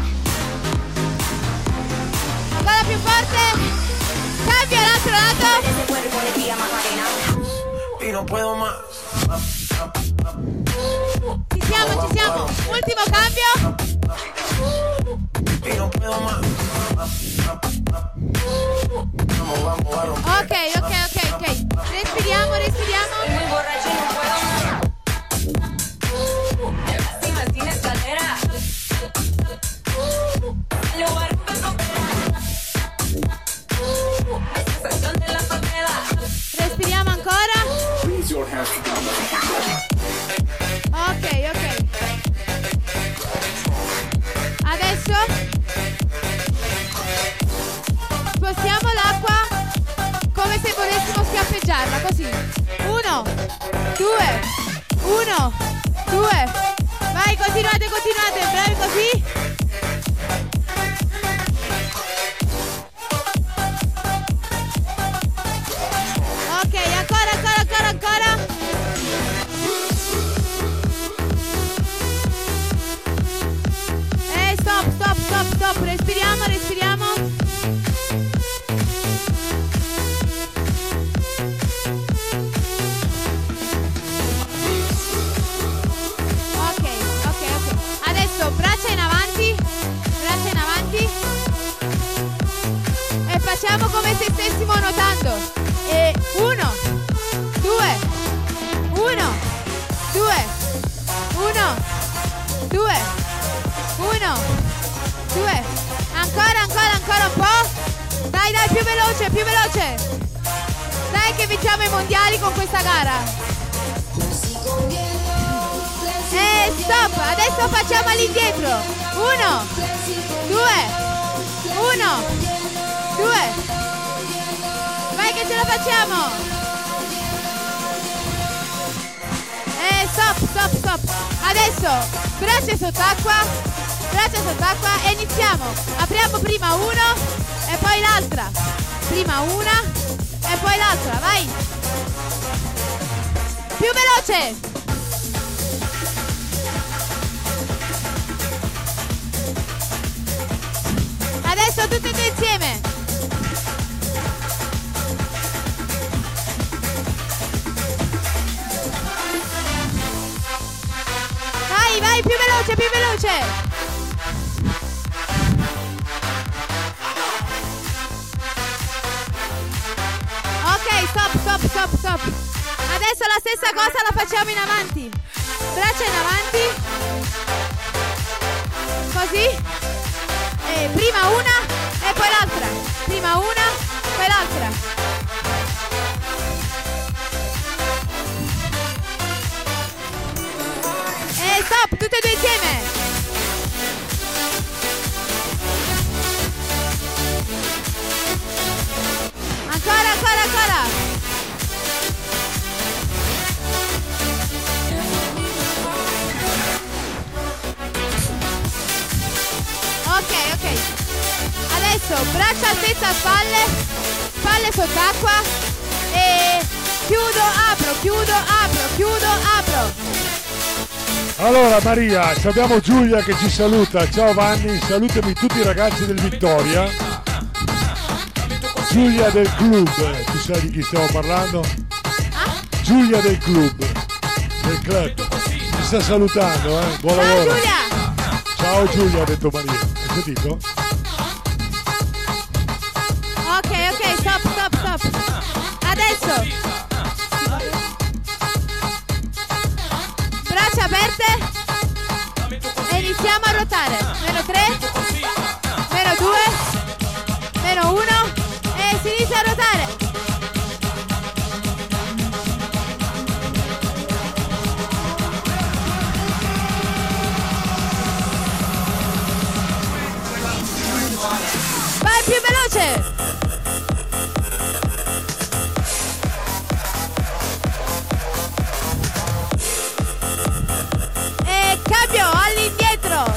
Ancora più forte! Cambio l'altro lato! Muévete ese cuerpo, alegría, Macarena. Y no puedo más. Ci siamo! Ultimo cambio! Y no puedo más. Ok. Respiriamo. Muy borracho y no puedo más. Encima sin escalera. Lugar que coopera. La sensación de la patera. Respiriamo ancora. Ok. Adesso spostiamo l'acqua come se volessimo schiaffeggiarla, così. 1, 2. Vai, continuate, bravi così. Ok, ancora. stessimo nuotando. E 1, 2, 1, 2, 1, 2, 1, 2. Ancora un po'. Dai, più veloce. Dai che vinciamo i mondiali con questa gara. Stop, adesso facciamo all'indietro. 1, 2, 1, 2. Vai che ce la facciamo. Stop. Adesso braccia sott'acqua e iniziamo. Apriamo prima uno e poi l'altra. Prima una e poi l'altra, vai. Più veloce. Adesso tutti e due insieme. Vai, più veloce. Ok, stop. Adesso la stessa cosa la facciamo in avanti. Braccia in avanti. Così. Prima una e poi l'altra. Prima una, poi l'altra. Stop, tutte e due insieme. Ancora. Ok. Adesso braccia altezza spalle sott'acqua e chiudo, apro. Allora Maria, abbiamo Giulia che ci saluta. Ciao Vanni, salutami tutti i ragazzi del Vittoria. Giulia del club, tu sai di chi stiamo parlando? Giulia del club. Ti sta salutando, buon lavoro. Ciao Giulia. Ciao Giulia, ha detto Maria. Hai sentito? Ok, stop. Adesso braccia aperte e iniziamo a ruotare. Meno 3, meno 2, meno 1 e si inizia a ruotare. Vai più veloce. Cambio all'indietro.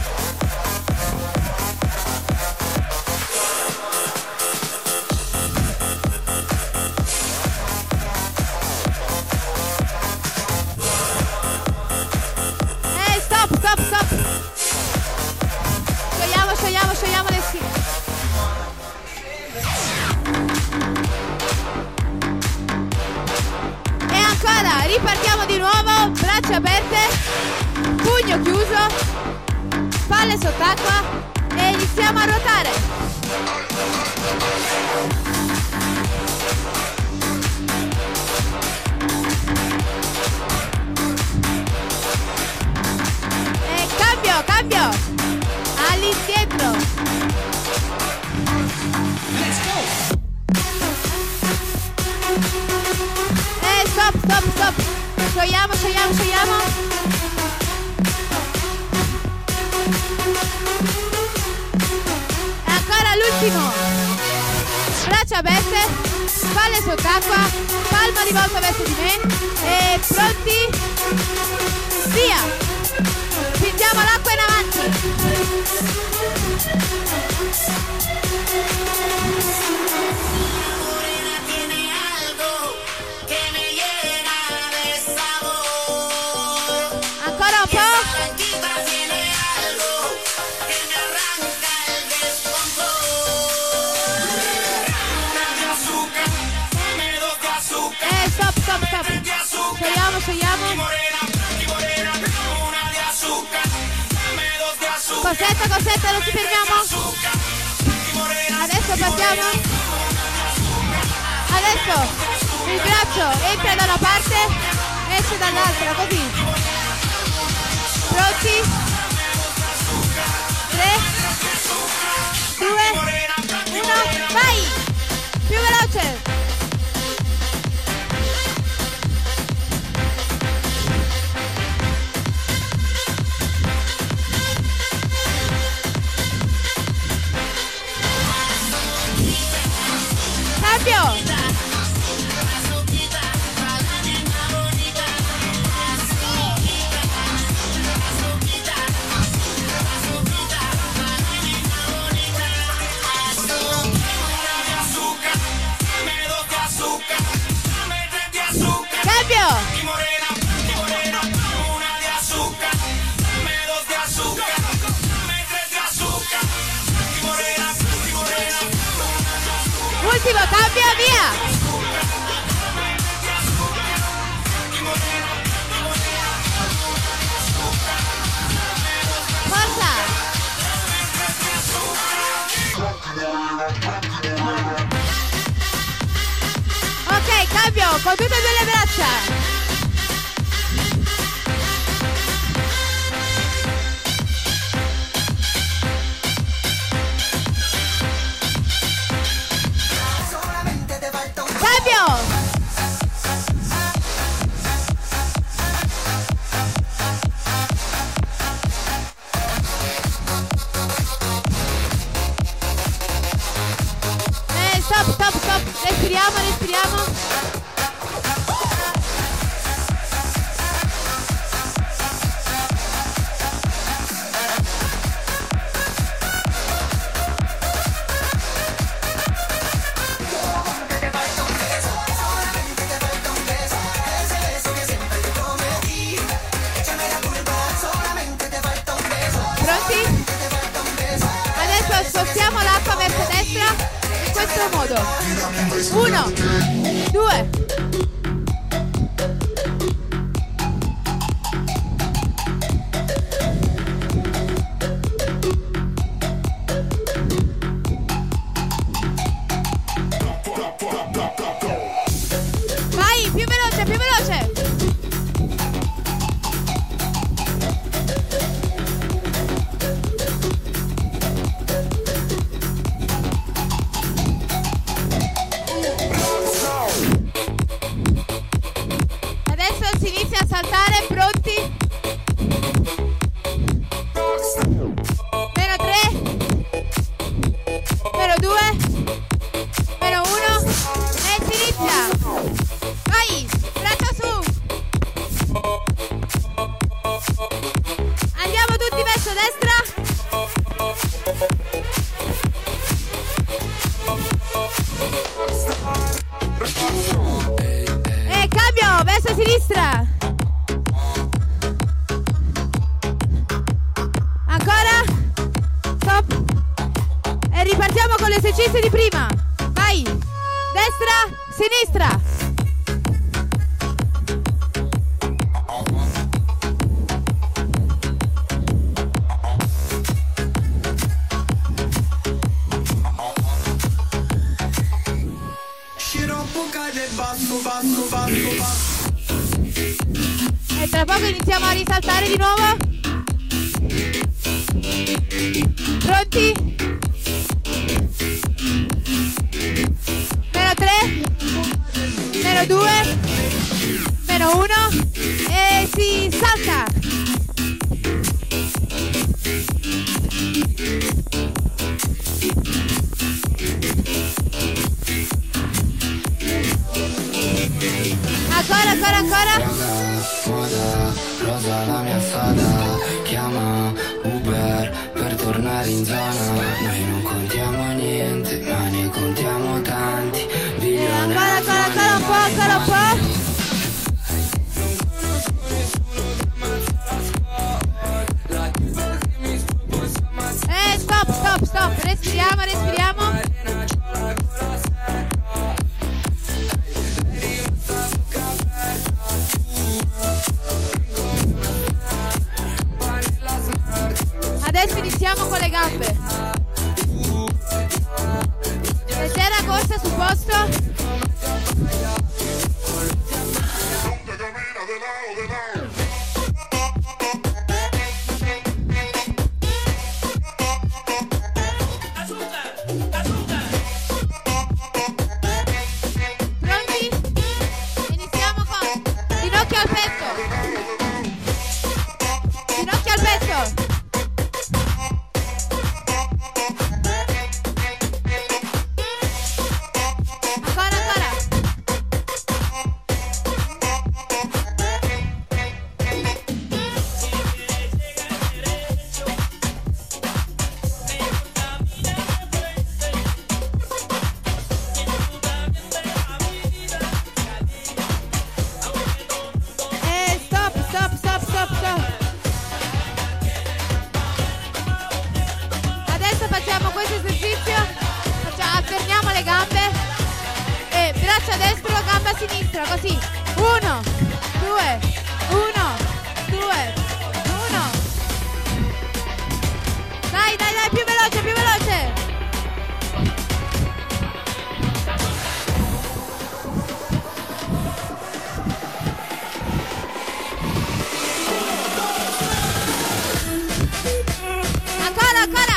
Stop. Sciogliamo le schiene. E ancora, ripartiamo di nuovo, braccia aperte, pugno chiuso, spalle sott'acqua e iniziamo a ruotare. E cambio, all'indietro. E stop. Sciogliamo. E ancora l'ultimo. Braccia aperte, spalle sott'acqua, palma rivolta verso di me e pronti? Via! Spingiamo l'acqua in avanti! Ancora un po'? Stop. Sciogliamo. Cosetta, non ci fermiamo. Adesso partiamo. stop. Il braccio entra da una parte, esce dall'altra, così. Pronti? 3, 2, 1, vai! Più veloce! Cambio! Ultimo cambio, via! Forza! Ok, cambio con tutte e due le braccia. Stop, respiriamo. Pronti? Adesso spostiamo l'acqua verso destra. In questo modo 1, 2 vai, più veloce saltare, pronti? Meno 3, meno 2, meno 1 e si inizia. Vai, braccia su. Andiamo tutti verso destra. E cambio verso sinistra. E ripartiamo con l'esercizio di prima. Vai, destra, sinistra. E tra poco iniziamo a risaltare di nuovo. Pronti? Meno 3, meno 2, meno 1 e si salta. Ancora. Rosa la mia strada, chiama Uber per tornare in zona. Noi non contiamo niente, ma ne contiamo tanti. Ancora un po'. Stop, respiriamo. braccio destro, gamba sinistra, così. 1, 2, 1, 2, 1. Dai, dai, dai, più veloce, più veloce. Ancora, ancora.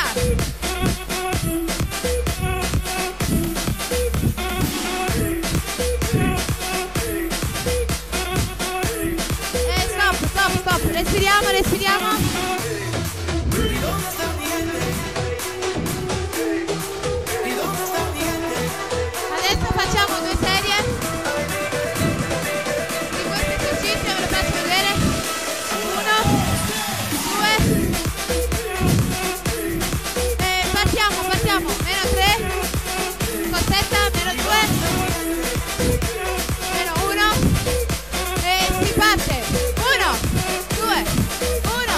Stop, respiriamo, respiriamo. Adesso facciamo 2 serie di questo esercizio, ve lo faccio vedere. 1, 2. Partiamo. Meno 3. Cossetta, meno 2. Meno 1. E si parte. 1, 2, 1.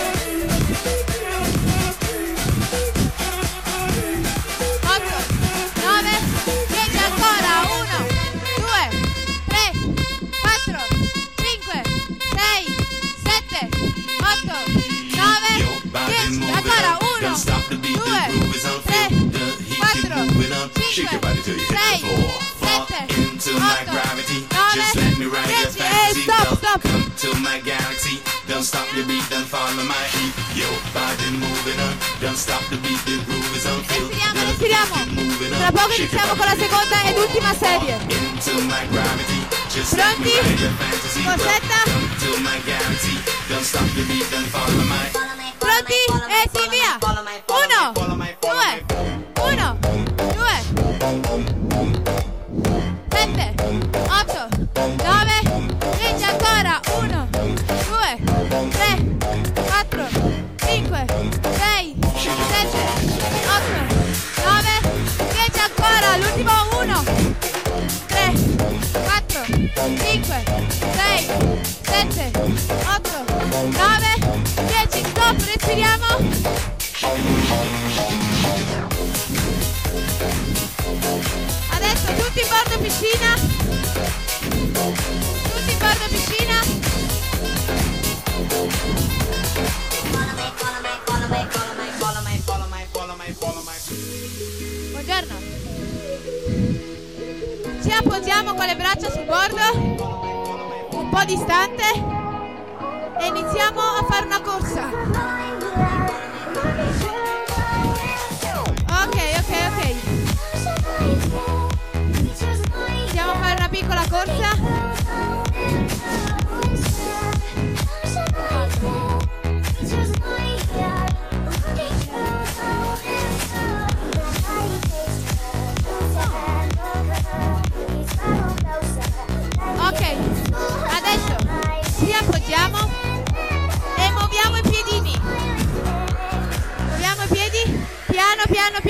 8, 9, 10 ancora. 1, 2, 3, 4, 5, 6, 7, 8, 9, 10. Ancora. 1, 2, 3, 4, 5, 6, 7, 8, 9, 10. E stop. To my galaxy, don't stop your beat, don't follow my heat. Your body moving on, don't stop the beat, the groove is on. Respiriamo. Tra poco iniziamo con la seconda ed ultima serie. Into my gravity, just pronti? Corsetta. To my galaxy, don't stop your beat, don't follow my. Pronti? E sì, via. 1, 2, 1, 2, 7, 8, 9, 10 ancora. 1, 2, 3, 4, 5, 6, 7, 8, 9, 10 ancora. L'ultimo. 1, 3, 4, 5, 6, 7, 8, 9, 10. Stop, respiriamo. Adesso tutti in bordo piscina. Tutti in bordo piscina. Buongiorno. Ci appoggiamo con le braccia sul bordo, un po' distante, e iniziamo a fare una corsa. Ok. Iniziamo a fare una piccola corsa. Ok, adesso ci appoggiamo e muoviamo i piedini. Muoviamo i piedi piano.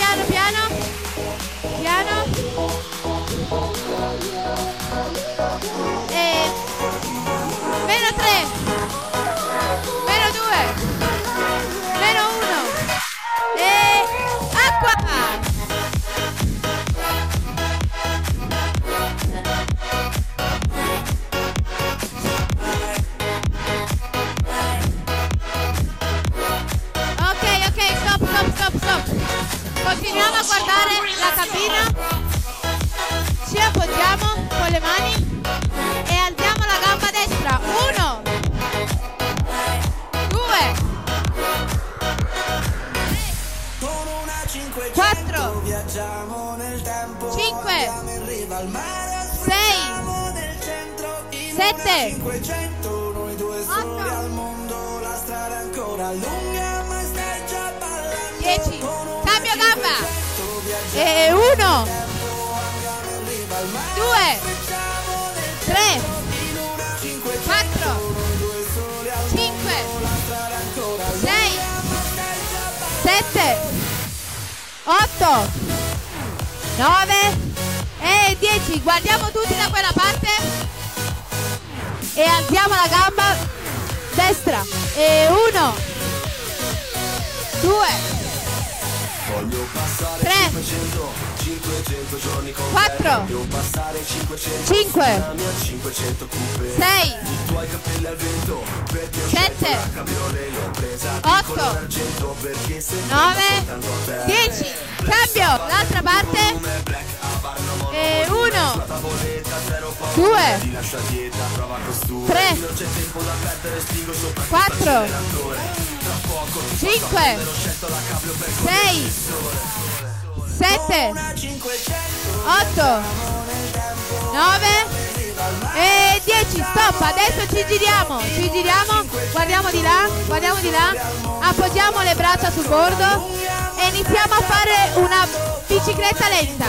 E meno 3, meno 2, meno 1 e acqua. Stop. Continuiamo a guardare la cabina. Ci appoggiamo con le mani e alziamo la gamba destra. 1, 2, 4, 5, 6, 7, 8, 10. Cambio gamba. E 1, 2, 3, 4, 5, 6, 7, 8, 9 e 10. Guardiamo tutti da quella parte e alziamo la gamba destra. E 1, 2, 3, 500 giorni con 4 devo passare 500 5 la mia 500 coupe 6 i tuoi capelli al vento perché ho 7 scelto la cabriolet l'ho presa 8 color argento perché se 9 10 cambio l'altra parte e 1 2 3 4 5 6 7 8 9 e 10. Stop, adesso ci giriamo, guardiamo di là, appoggiamo le braccia sul bordo e iniziamo a fare una bicicletta lenta.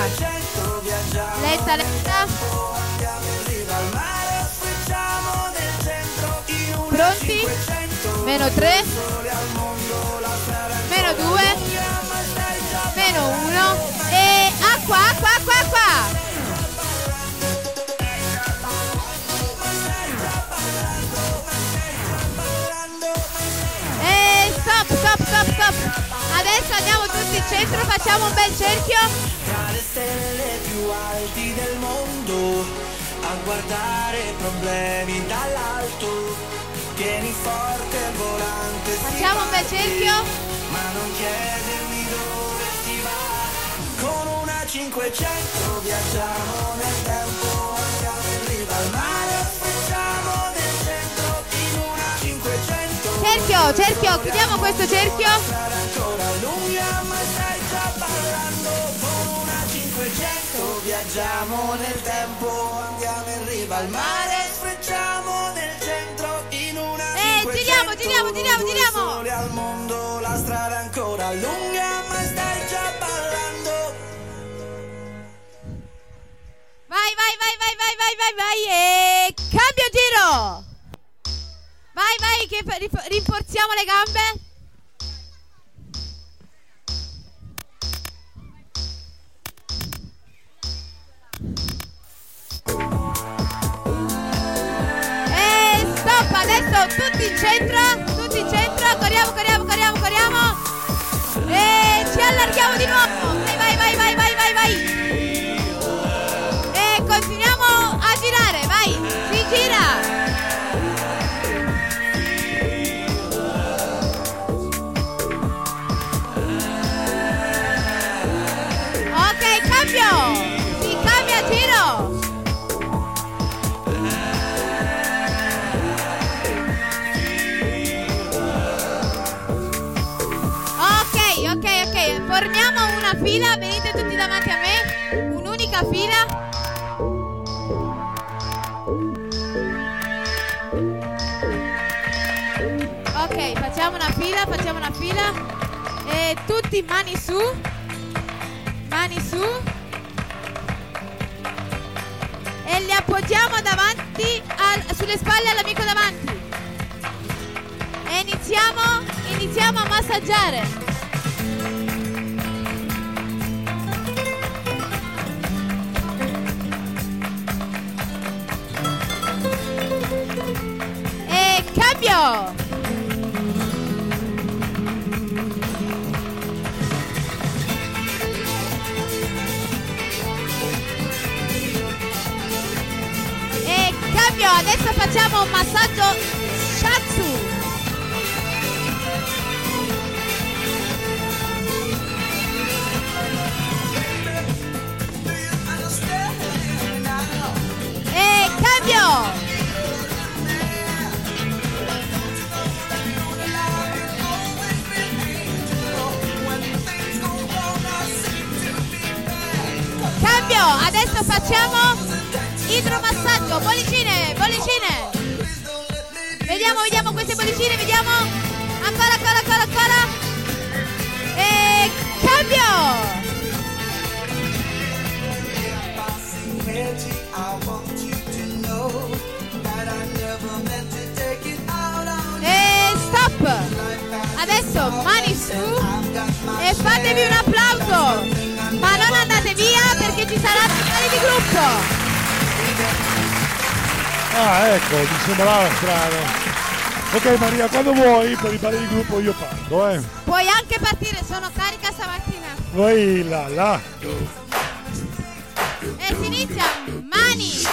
Pronti? Meno 3 meno 2 meno 1 e acqua. E stop. Adesso andiamo tutti in centro, facciamo un bel cerchio. Tra le stelle più alti del mondo, a guardare i problemi dall'alto, tieni forte il volante. Facciamo un bel cerchio. Ma non chiedermi dove si va. Con una 500 viaggiamo nel tempo, andiamo in riva al mare, facciamo del centro in una 500. Cerchio, chiudiamo questo cerchio. Sarà ancora lunga, ma stai già ballando. Con una 500 viaggiamo nel tempo, andiamo in riva al mare, facciamo del centro in una 500. Giriamo. Soli al mondo, la strada è ancora lunga, ma stai già ballando. Vai e cambio giro. Vai che rinforziamo le gambe. E stop, adesso tutti in centro, corriamo e ci allarghiamo di nuovo. Vai. E continuiamo a girare, vai, si gira. Ok, si cambia giro. Ok, formiamo una fila, venite tutti davanti a me, un'unica fila. Ok, facciamo una fila e tutti mani su e li appoggiamo davanti sulle spalle all'amico davanti e iniziamo a massaggiare. E cambio. Adesso facciamo un massaggio shiatsu. E cambio. Adesso facciamo idromassaggio, bollicine. Vediamo queste bollicine, vediamo. Ancora. E cambio. E stop. Adesso mani su e fatevi un applauso. Ma non andate via perché ci saranno i cari di gruppo. Ah, ecco, mi sembrava strano. Ok Maria, quando vuoi per i balli di gruppo io parto, Puoi anche partire, sono carica stamattina. Vai là. E si inizia Mani.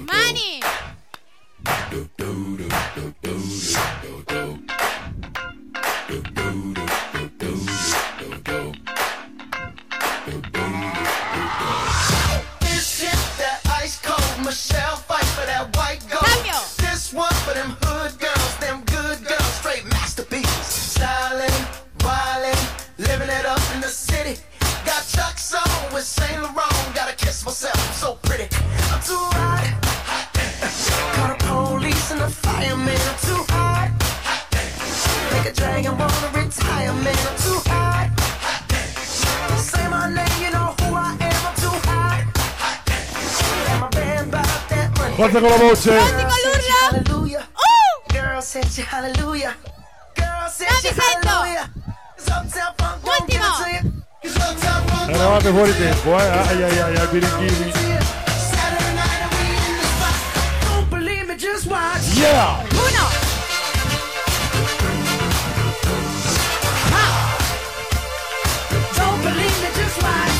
This shit, that ice cold Michelle fight for that white gold. This one for them hood girls, them good girls, straight masterpieces. Styling, wildin', living it up in the city. Got Chuck's on with Saint Laurent. Gotta kiss myself, I'm so pretty. I'm too hot. Call the police and the fireman. I'm too hot. Make a dragon wanna retire, man. I'm too hot. Say my name, you know who I am. I'm too hot. And my band bought that money. Forza con la voce. Hallelujah. Girl said you hallelujah. Girl said you hallelujah. It's Uptown Funk, don't give it to you. It's Uptown Funk. Eravate fuori tempo, ai birichini. Don't believe me, just watch. Yeah. Uno. Don't believe me, just watch.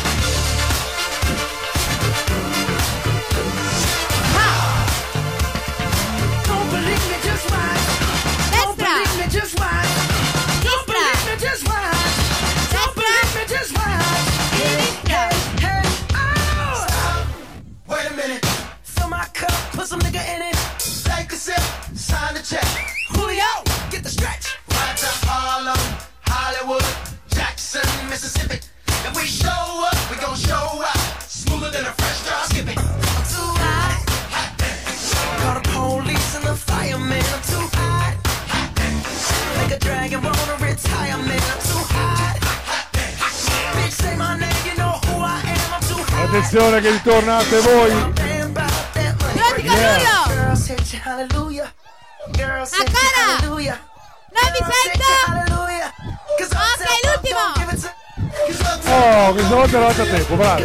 Don't believe me, just watch. Don't believe me, just watch. Don't believe me, just watch. Don't believe me, just watch. Hey, hey, oh. Stop. Wait a minute. Fill my cup, put some nigga in it. Take a sip, sign the check. Julio, get the stretch. Right to Harlem, Hollywood, Jackson, Mississippi. If we show up, we gon' show out. Smoother than a fresh drop skipping. I'm too hot. Call the police and the fireman. I'm too hot. Make a dragon wanna retire, man. I'm too hot. Bitch, say my name, you know who I am. I'm too hot. Attenzione che ritornate voi. Pronti con l'urlo. Girl said you hallelujah. Girl said you Ancora. hallelujah. Non mi sento. Ok, l'ultimo. Oh, questa volta l'ho fatto a tempo, bravi.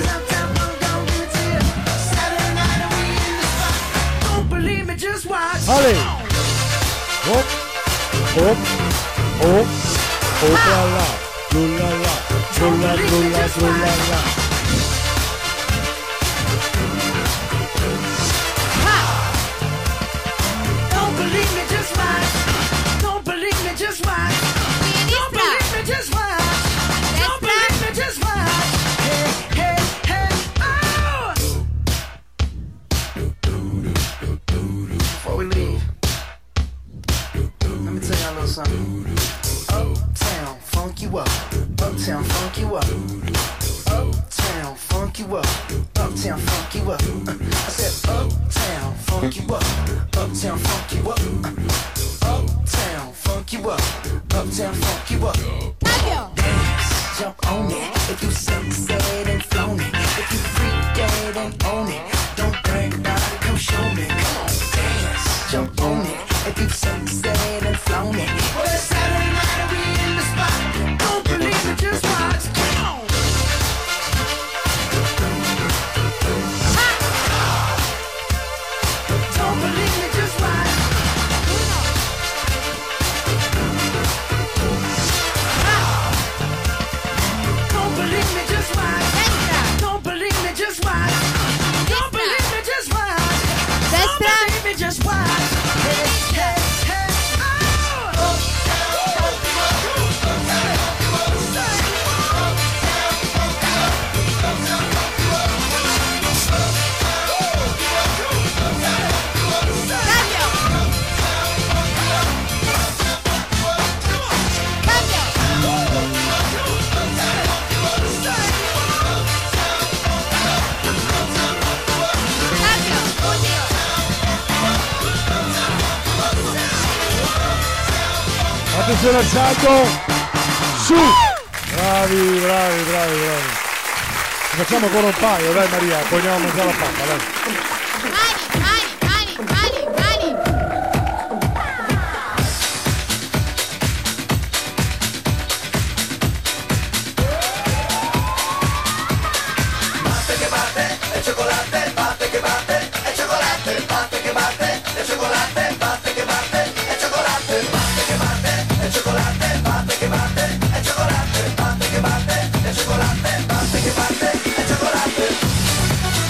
Don't believe me, just watch. Ale. Oh, oh, oh, oh, la la, trullala, trulla, trulla, trullala. Don't believe me, just watch. Don't believe me, just watch. Don't believe me, just watch. Don't believe me, just watch. Hey, hey, hey, oh. Before we leave, let me tell y'all a little something. Uptown, funk you up. Uptown, funk you up. Uptown, funk you up. Uptown, funk you up. I said uptown, funk you up. Uptown, funk you up. Uptown, funk you up. Uptown, funk you up. Dance, jump on it. If you sunset and flown it. If you freak dead and own it. Don't brag about it, come show me. Come on, dance, jump on it. If you sunset and flown it. Well, it's Saturday night and we in the spot. Don't believe it, just watch. Come on. Don't believe me, just watch. Don't believe me, just watch. Don't believe me, just watch. Don't believe me, just watch. Don't believe me, just watch. Hey, hey, hey, oh. Attenzione al salto. Su. Bravi, bravi, bravi, bravi. Facciamo ancora un paio, dai Maria, poi andiamo a mangiare la pappa, dai. Batte che batte, è cioccolate, batte che batte, è cioccolate, batte che batte, è cioccolate, batte che batte, è cioccolate, batte che batte, è cioccolate, batte che batte, è cioccolate, batte che batte, è cioccolate, batte che batte, è cioccolate.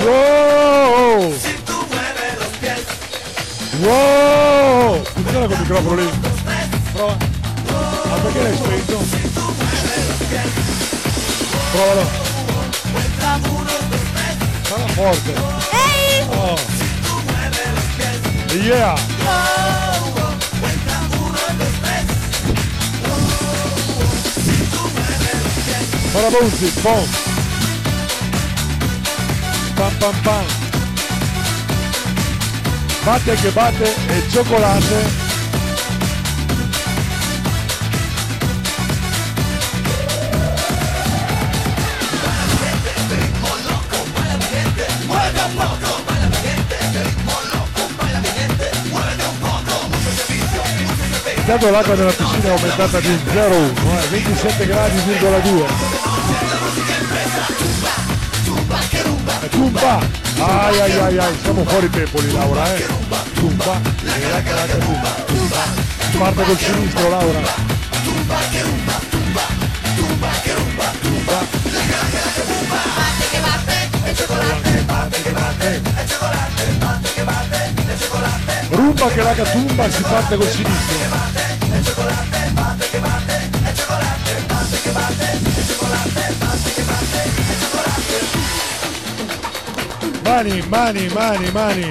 Wow! Wow! Funziona col microfono lì. Prova. Ma perché l'hai spento? Provalo. Falla forte. Ehi! Oh. Yeah! Ora Bunzi, pom! Pam pam pam! Batte che batte e cioccolate! Intanto l'acqua della piscina è aumentata di 0,1, 27 gradi,2. Tumba! Ai ai ai ai, siamo fuori Pepoli Laura, Tumba! Tumba! Parte col sinistro Laura! Batte che batte e cioccolate, batte che batte e cioccolate, batte che batte e cioccolate. Rumba che la catumba si parte col sinistro. Mani, mani, mani, mani.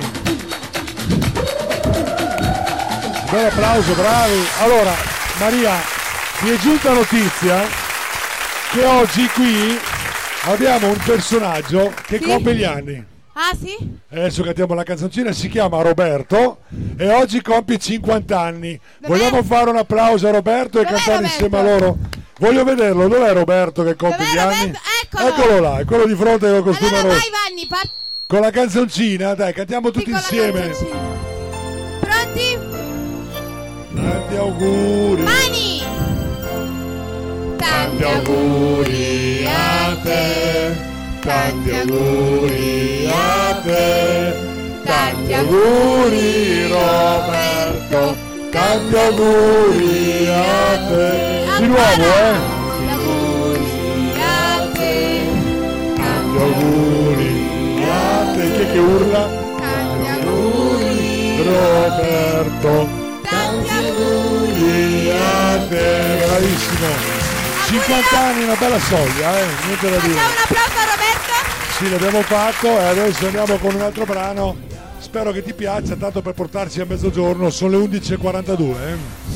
Bel applauso, bravi. Allora, Maria, mi è giunta notizia che oggi qui abbiamo un personaggio che compie gli anni. Ah sì? Adesso cantiamo la canzoncina, si chiama Roberto e oggi compie 50 anni. Vogliamo fare un applauso a Roberto e cantare insieme a loro? Voglio vederlo, dov'è Roberto che compie gli anni? Eccolo là, è quello di fronte con il costume allora, rosso. vai Vanni, Con la canzoncina, dai, cantiamo tutti insieme. Pronti? Tanti auguri. Mani! Tanti auguri a te. Tanti auguri a te, tanti auguri Roberto, tanti auguri a te. Di nuovo, Tanti auguri a te, tanti auguri a te. Chi è che urla? tanti auguri Roberto, tanti auguri a te. Bravissimo. 50 anni, una bella soglia, niente da dire. Facciamo un applauso a Roberto. Sì, l'abbiamo fatto e adesso andiamo con un altro brano. Spero che ti piaccia, tanto per portarci a mezzogiorno, sono le 11:42.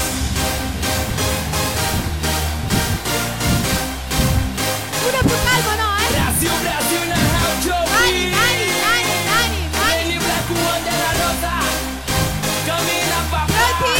Uno più calmo, no, Mani, mani, mani, mani, mani. Pronti?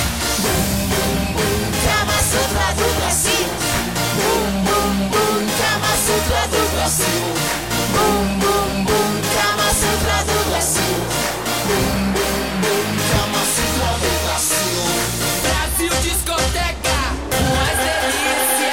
Kama Sutra do Brasil. Boom, boom, boom, Kama Sutra do Brasil. Boom, boom, boom, Kama Sutra do Brasil. Boom, boom, boom, Kama Sutra do Brasil. Brasil discoteca, mais delícia.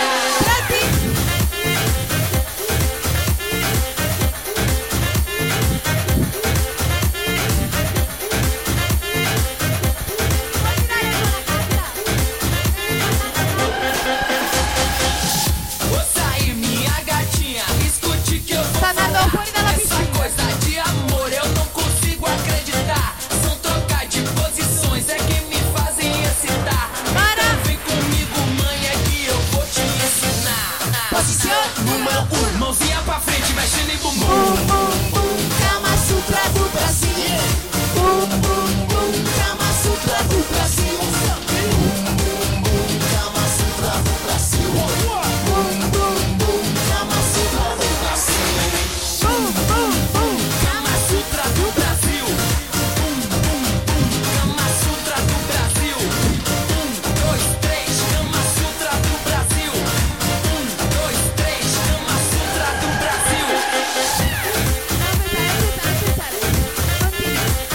Vou sair, minha gatinha, escute que eu vou falar. Essa coisa de amor eu não consigo acreditar. São trocar de posições é que me fazem excitar. Então vem comigo, mãe, é que eu vou te ensinar. Posição número 1, mãozinha pra frente, mexendo em bumbum. Boom, boom, boom, Kama Sutra do Brasil. Boom, boom, boom, Kama Sutra do Brasil. Boom, boom, boom, Kama Sutra do Brasil. Boom, boom, boom, Kama Sutra do Brasil. Boom, boom, boom, Kama Sutra do Brasil. Boom, boom, boom, Kama Sutra do Brasil. 1, 2, 3, Kama Sutra do Brasil. 1, 2, 3, Kama Sutra do Brasil.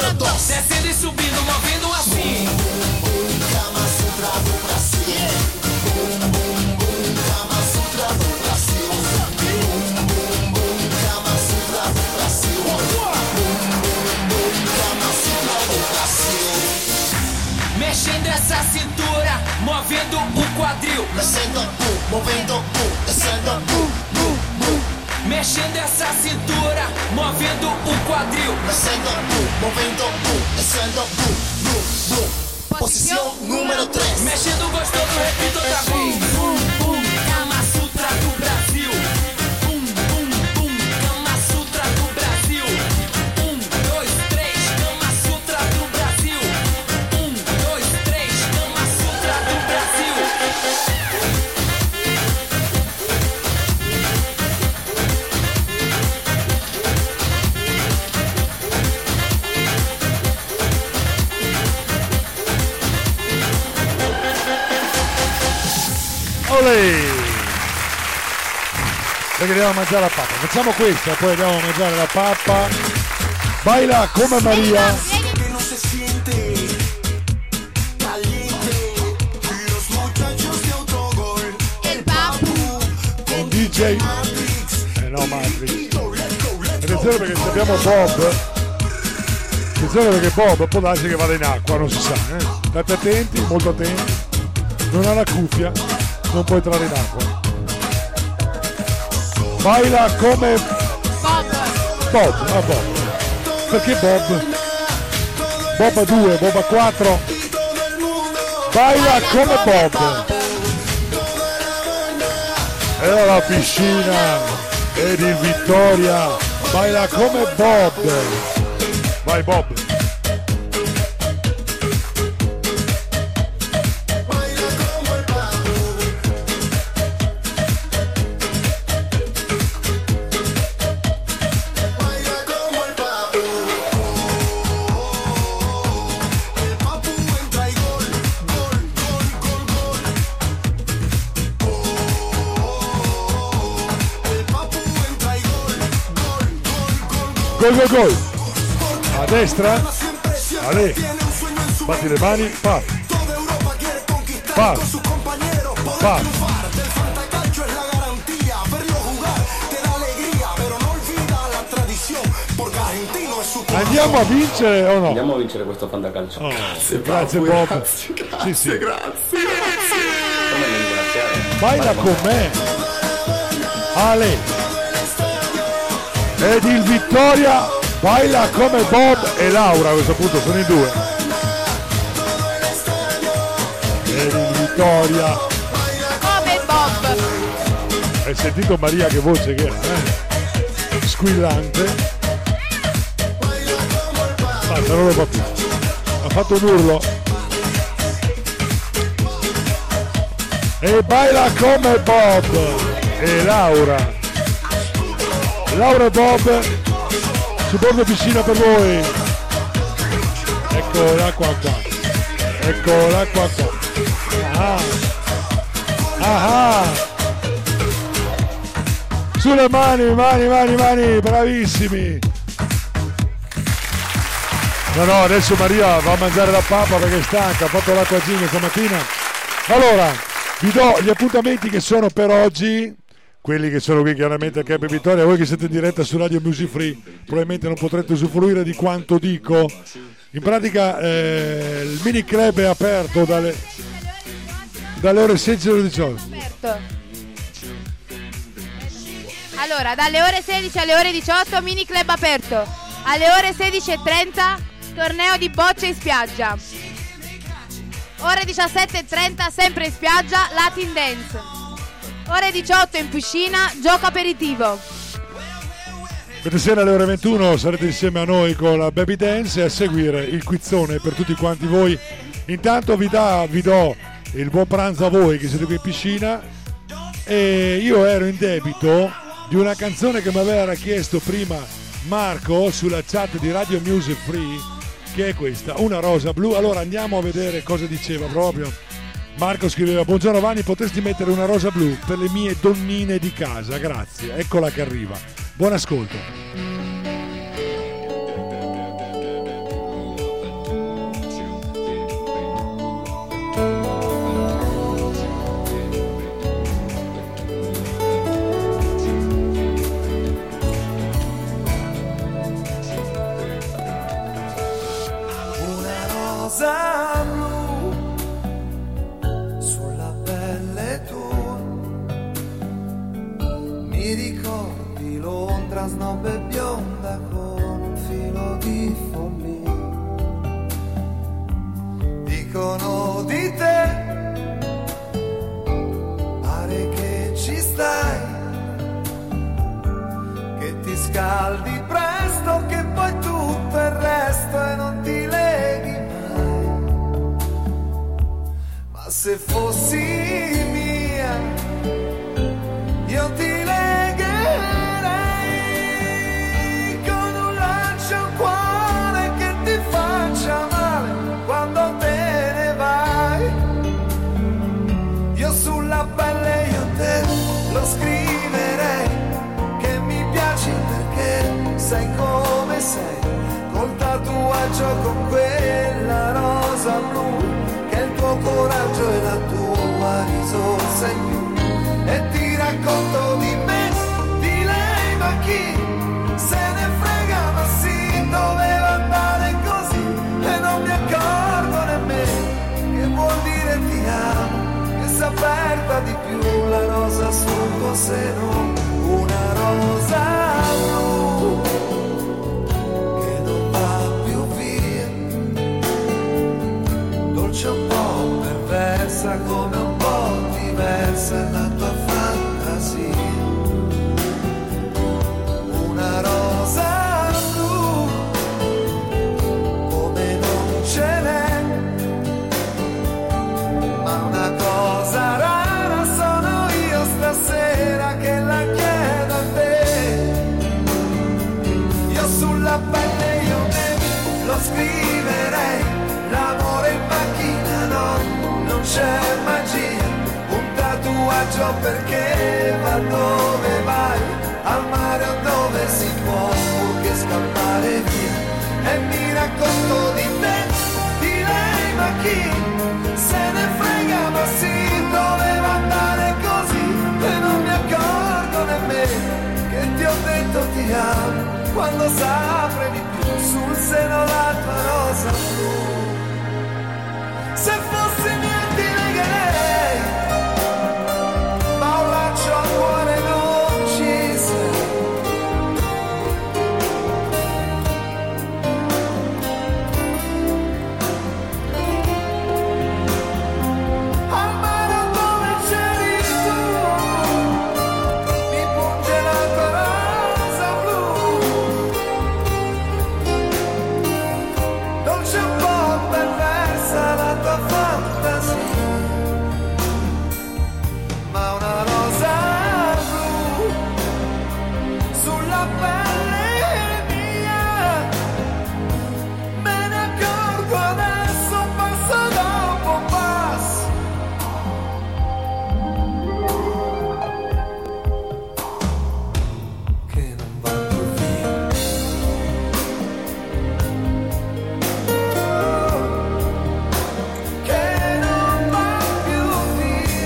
número 2. Descendo e subindo, movendo assim. Kama Sutra do Brasil. Kama Sutra do Brasil. Kama Sutra do Brasil. Kama Sutra do Brasil. Mexendo essa cintura, movendo o quadril. Descendo, movendo, descendo, Mexendo essa cintura, movendo o quadril. descendo, movendo, descendo, Posição número 3. Mexendo gostoso, repito outra vez. Kama Sutra do Brasil. Kama Sutra do Brasil. 1, 2, 3, Kama Sutra do Brasil. 1, 2, 3, Kama Sutra do Brasil. Olè! Perché andiamo a mangiare la pappa. Facciamo questa, poi andiamo a mangiare la pappa. Baila come Maria. Que no se siente caliente. Los muchachos de autogol. El papu Con DJ. No, Matrix. Attenzione perché se abbiamo Bob. Attenzione perché Bob può darsi che vada in acqua, non si sa. State attenti, molto attenti. Non ha la cuffia, non può entrare in acqua. Baila come Bob, Bob. Perché Bob? Bob a 2, Bob a 4. Baila come Bob. E la piscina ed il Vittoria. Baila come Bob. Vai Bob. Gol, gol, gol. A destra. Ale. Batti le mani. Pa. Pa. Pa. Andiamo a vincere o no? Andiamo a vincere questo fantacalcio. Oh, grazie Bob. Grazie, Sì, sì. grazie. Baila con me. Ale. Ed il Vittoria baila come Bob e Laura, a questo punto sono in due. Ed il Vittoria. Come Bob. Hai sentito Maria che voce che era, Squillante. Basta, non lo fa più. Ha fatto un urlo. E baila come Bob e Laura. Laura e Bob su bordo piscina per voi. Ecco l'acqua qua. Ecco l'acqua qua. Ah. Sulle mani, mani, bravissimi. No, adesso Maria va a mangiare la pappa perché è stanca, ha fatto l'acquagino stamattina. Allora, vi do gli appuntamenti che sono per oggi. Quelli che sono qui chiaramente a Campo Vittoria, voi che siete in diretta su Radio Music Free probabilmente non potrete usufruire di quanto dico. In pratica il mini club è aperto dalle ore 16 alle 18. Aperto. Allora, dalle ore 16 alle ore 18 mini club aperto. Alle ore 16:30 torneo di bocce in spiaggia. Ore 17:30 sempre in spiaggia Latin Dance. Ore 18 in piscina, gioco aperitivo. Questa sera alle ore 21 sarete insieme a noi con la Baby Dance e a seguire il quizzone per tutti quanti voi. Intanto vi do il buon pranzo a voi che siete qui in piscina. E io ero in debito di una canzone che mi aveva chiesto prima Marco sulla chat di Radio Music Free, che è questa, Una rosa blu. Allora andiamo a vedere cosa diceva proprio. Marco scriveva: buongiorno Vanni, potresti mettere una rosa blu per le mie donnine di casa, grazie. Eccola che arriva. Buon ascolto. se fossi mia, io ti legherei con un lancio al cuore che ti faccia male quando te ne vai. Io sulla pelle io te lo scriverei, che mi piaci perché sai come sei, col tatuaggio con quella rosa blu, che è il tuo coraggio e la tua risorsa in più. E ti racconto di me, di lei, ma chi se ne frega, ma sì, doveva andare così e non mi accorgo nemmeno che vuol dire ti amo, che si aperta di più la rosa sul tuo seno, una rosa blu che non va più via, dolce un po' perversa, come un po' diversa è la tua fantasia, una rosa blu come non ce n'è, ma una cosa rara sono io stasera che la chiedo a te. Io sulla pelle io ne lo scriverei, l'amore in macchina no, non c'è magia, un tatuaggio perché va dove vai, al mare o dove si può, purché scappare via. E mi racconto di te, di lei, ma chi se ne frega, ma sì, doveva andare così e non mi accorgo nemmeno che ti ho detto ti amo, quando s'apre di più sul seno la tua rosa blu. Se fossi mia ti legherei, ma un lancio al cuore non ci sei. Al mare dove c'eri tu, mi punge la tua rosa blu, dolce un po' perversa la tua fantasia, ma una rosa blu sulla pelle mia, me ne accorgo adesso, passo dopo passo. Che non va più via, che non va più via,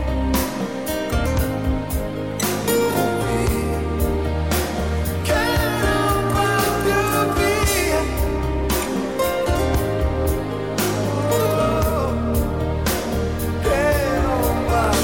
che non va più via, che non va più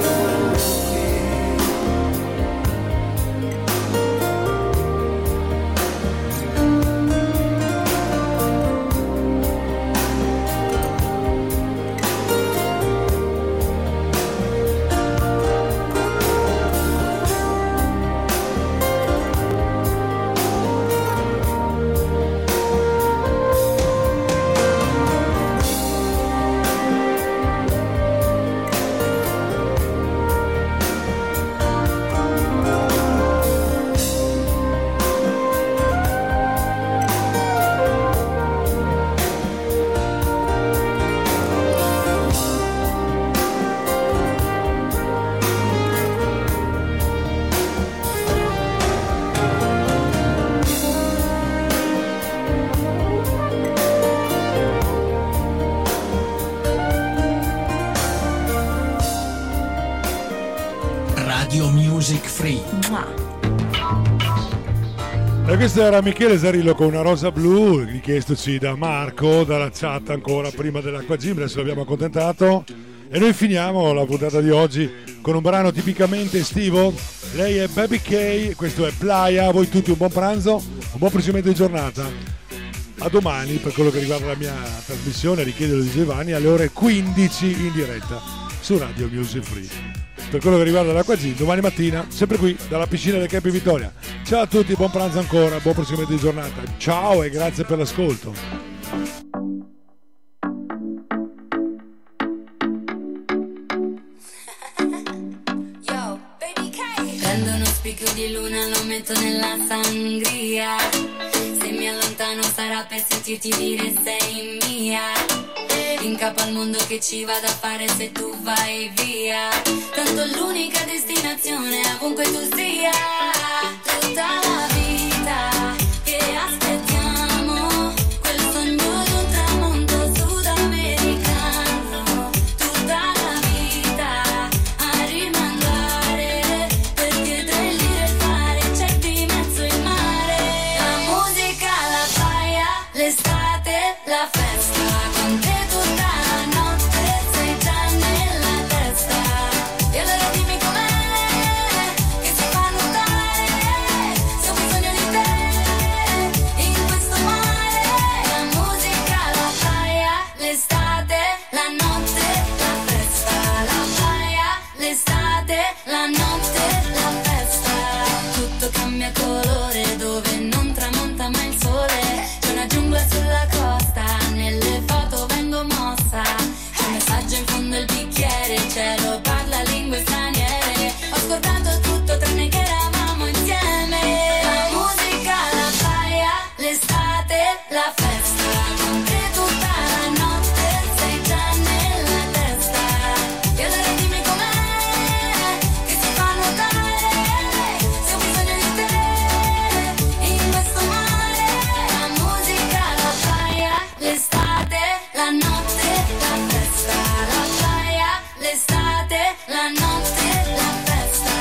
Radio Music Free. E questo era Michele Zarillo con una rosa blu, richiestoci da Marco, dalla chat ancora prima dell'Acqua Gym, adesso l'abbiamo accontentato. E noi finiamo la puntata di oggi con un brano tipicamente estivo. Lei è Baby K, questo è Playa. A voi tutti un buon pranzo, un buon proseguimento di giornata. A domani per quello che riguarda la mia trasmissione, richiedelo di Giovanni, alle ore 15 in diretta su Radio Music Free. Per quello che riguarda l'Acqua Gym, domani mattina, sempre qui, dalla piscina del Campi Vittoria. Ciao a tutti, buon pranzo ancora, buon proseguimento di giornata. Ciao e grazie per l'ascolto. spicchio di luna lo metto nella sangria. Se mi allontano sarà per sentirti dire sei mia. In capo al mondo che ci vado a fare se tu vai via. Tanto l'unica destinazione è ovunque tu sia. Tutta la vita che aspettiamo, quel sogno di un tramonto sudamericano. Tutta la vita a rimandare, perché tra il dire e il fare c'è di mezzo il mare. La musica, la playa, l'estate, la festa. Con te tutta la notte sei già nella testa. E allora dimmi com'è che si fa notare se ho bisogno di te in questo mare. La musica, la playa, l'estate, la notte, la festa. La playa, l'estate, la notte, la festa. Tutto cambia colore dove non tramonta mai il sole. C'è una giungla sulla costa, nelle foto vengo mossa. C'è un messaggio in fondo al bicchiere, il cielo parla lingue straniere. Ho scordato tutto tranne che eravamo insieme. La musica, la playa, l'estate, la festa. Con te tutta la notte sei già nella testa. E allora dimmi com'è che si fa notare se ho bisogno di te in questo mare. La musica, la playa, l'estate, la notte, la festa. La playa, l'estate, la notte, la festa.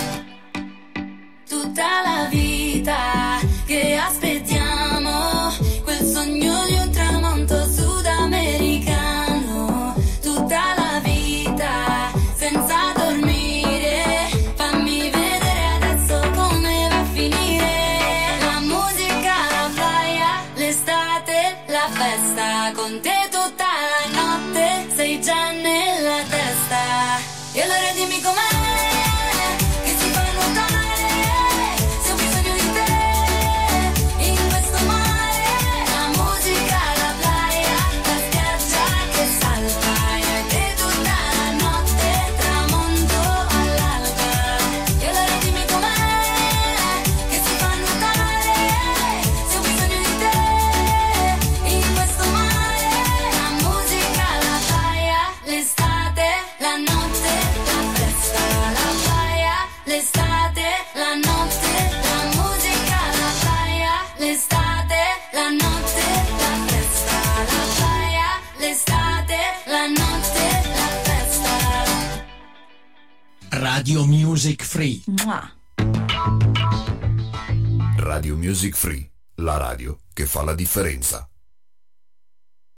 Tutta la vita che aspettiamo, quel sogno di un tramonto sudamericano. Tutta la vita senza dormire, fammi vedere adesso come va a finire. La musica, la playa, l'estate, la festa. Con te tutta la notte sei già nella testa. E allora dimmi com'è che si fa notare se ho bisogno di te in questo mare. La musica, la playa, la spiaggia che salta. E te tutta la notte, tramonto all'alba. E allora dimmi com'è che si fa notare se ho bisogno di te in questo mare. La musica, la playa, l'estate, la notte, la festa. La playa, l'estate, la notte, la musica, la playa, l'estate, la notte, la festa. La playa, l'estate, la notte, la festa. Radio Music Free. Radio Music Free, la radio che fa la differenza.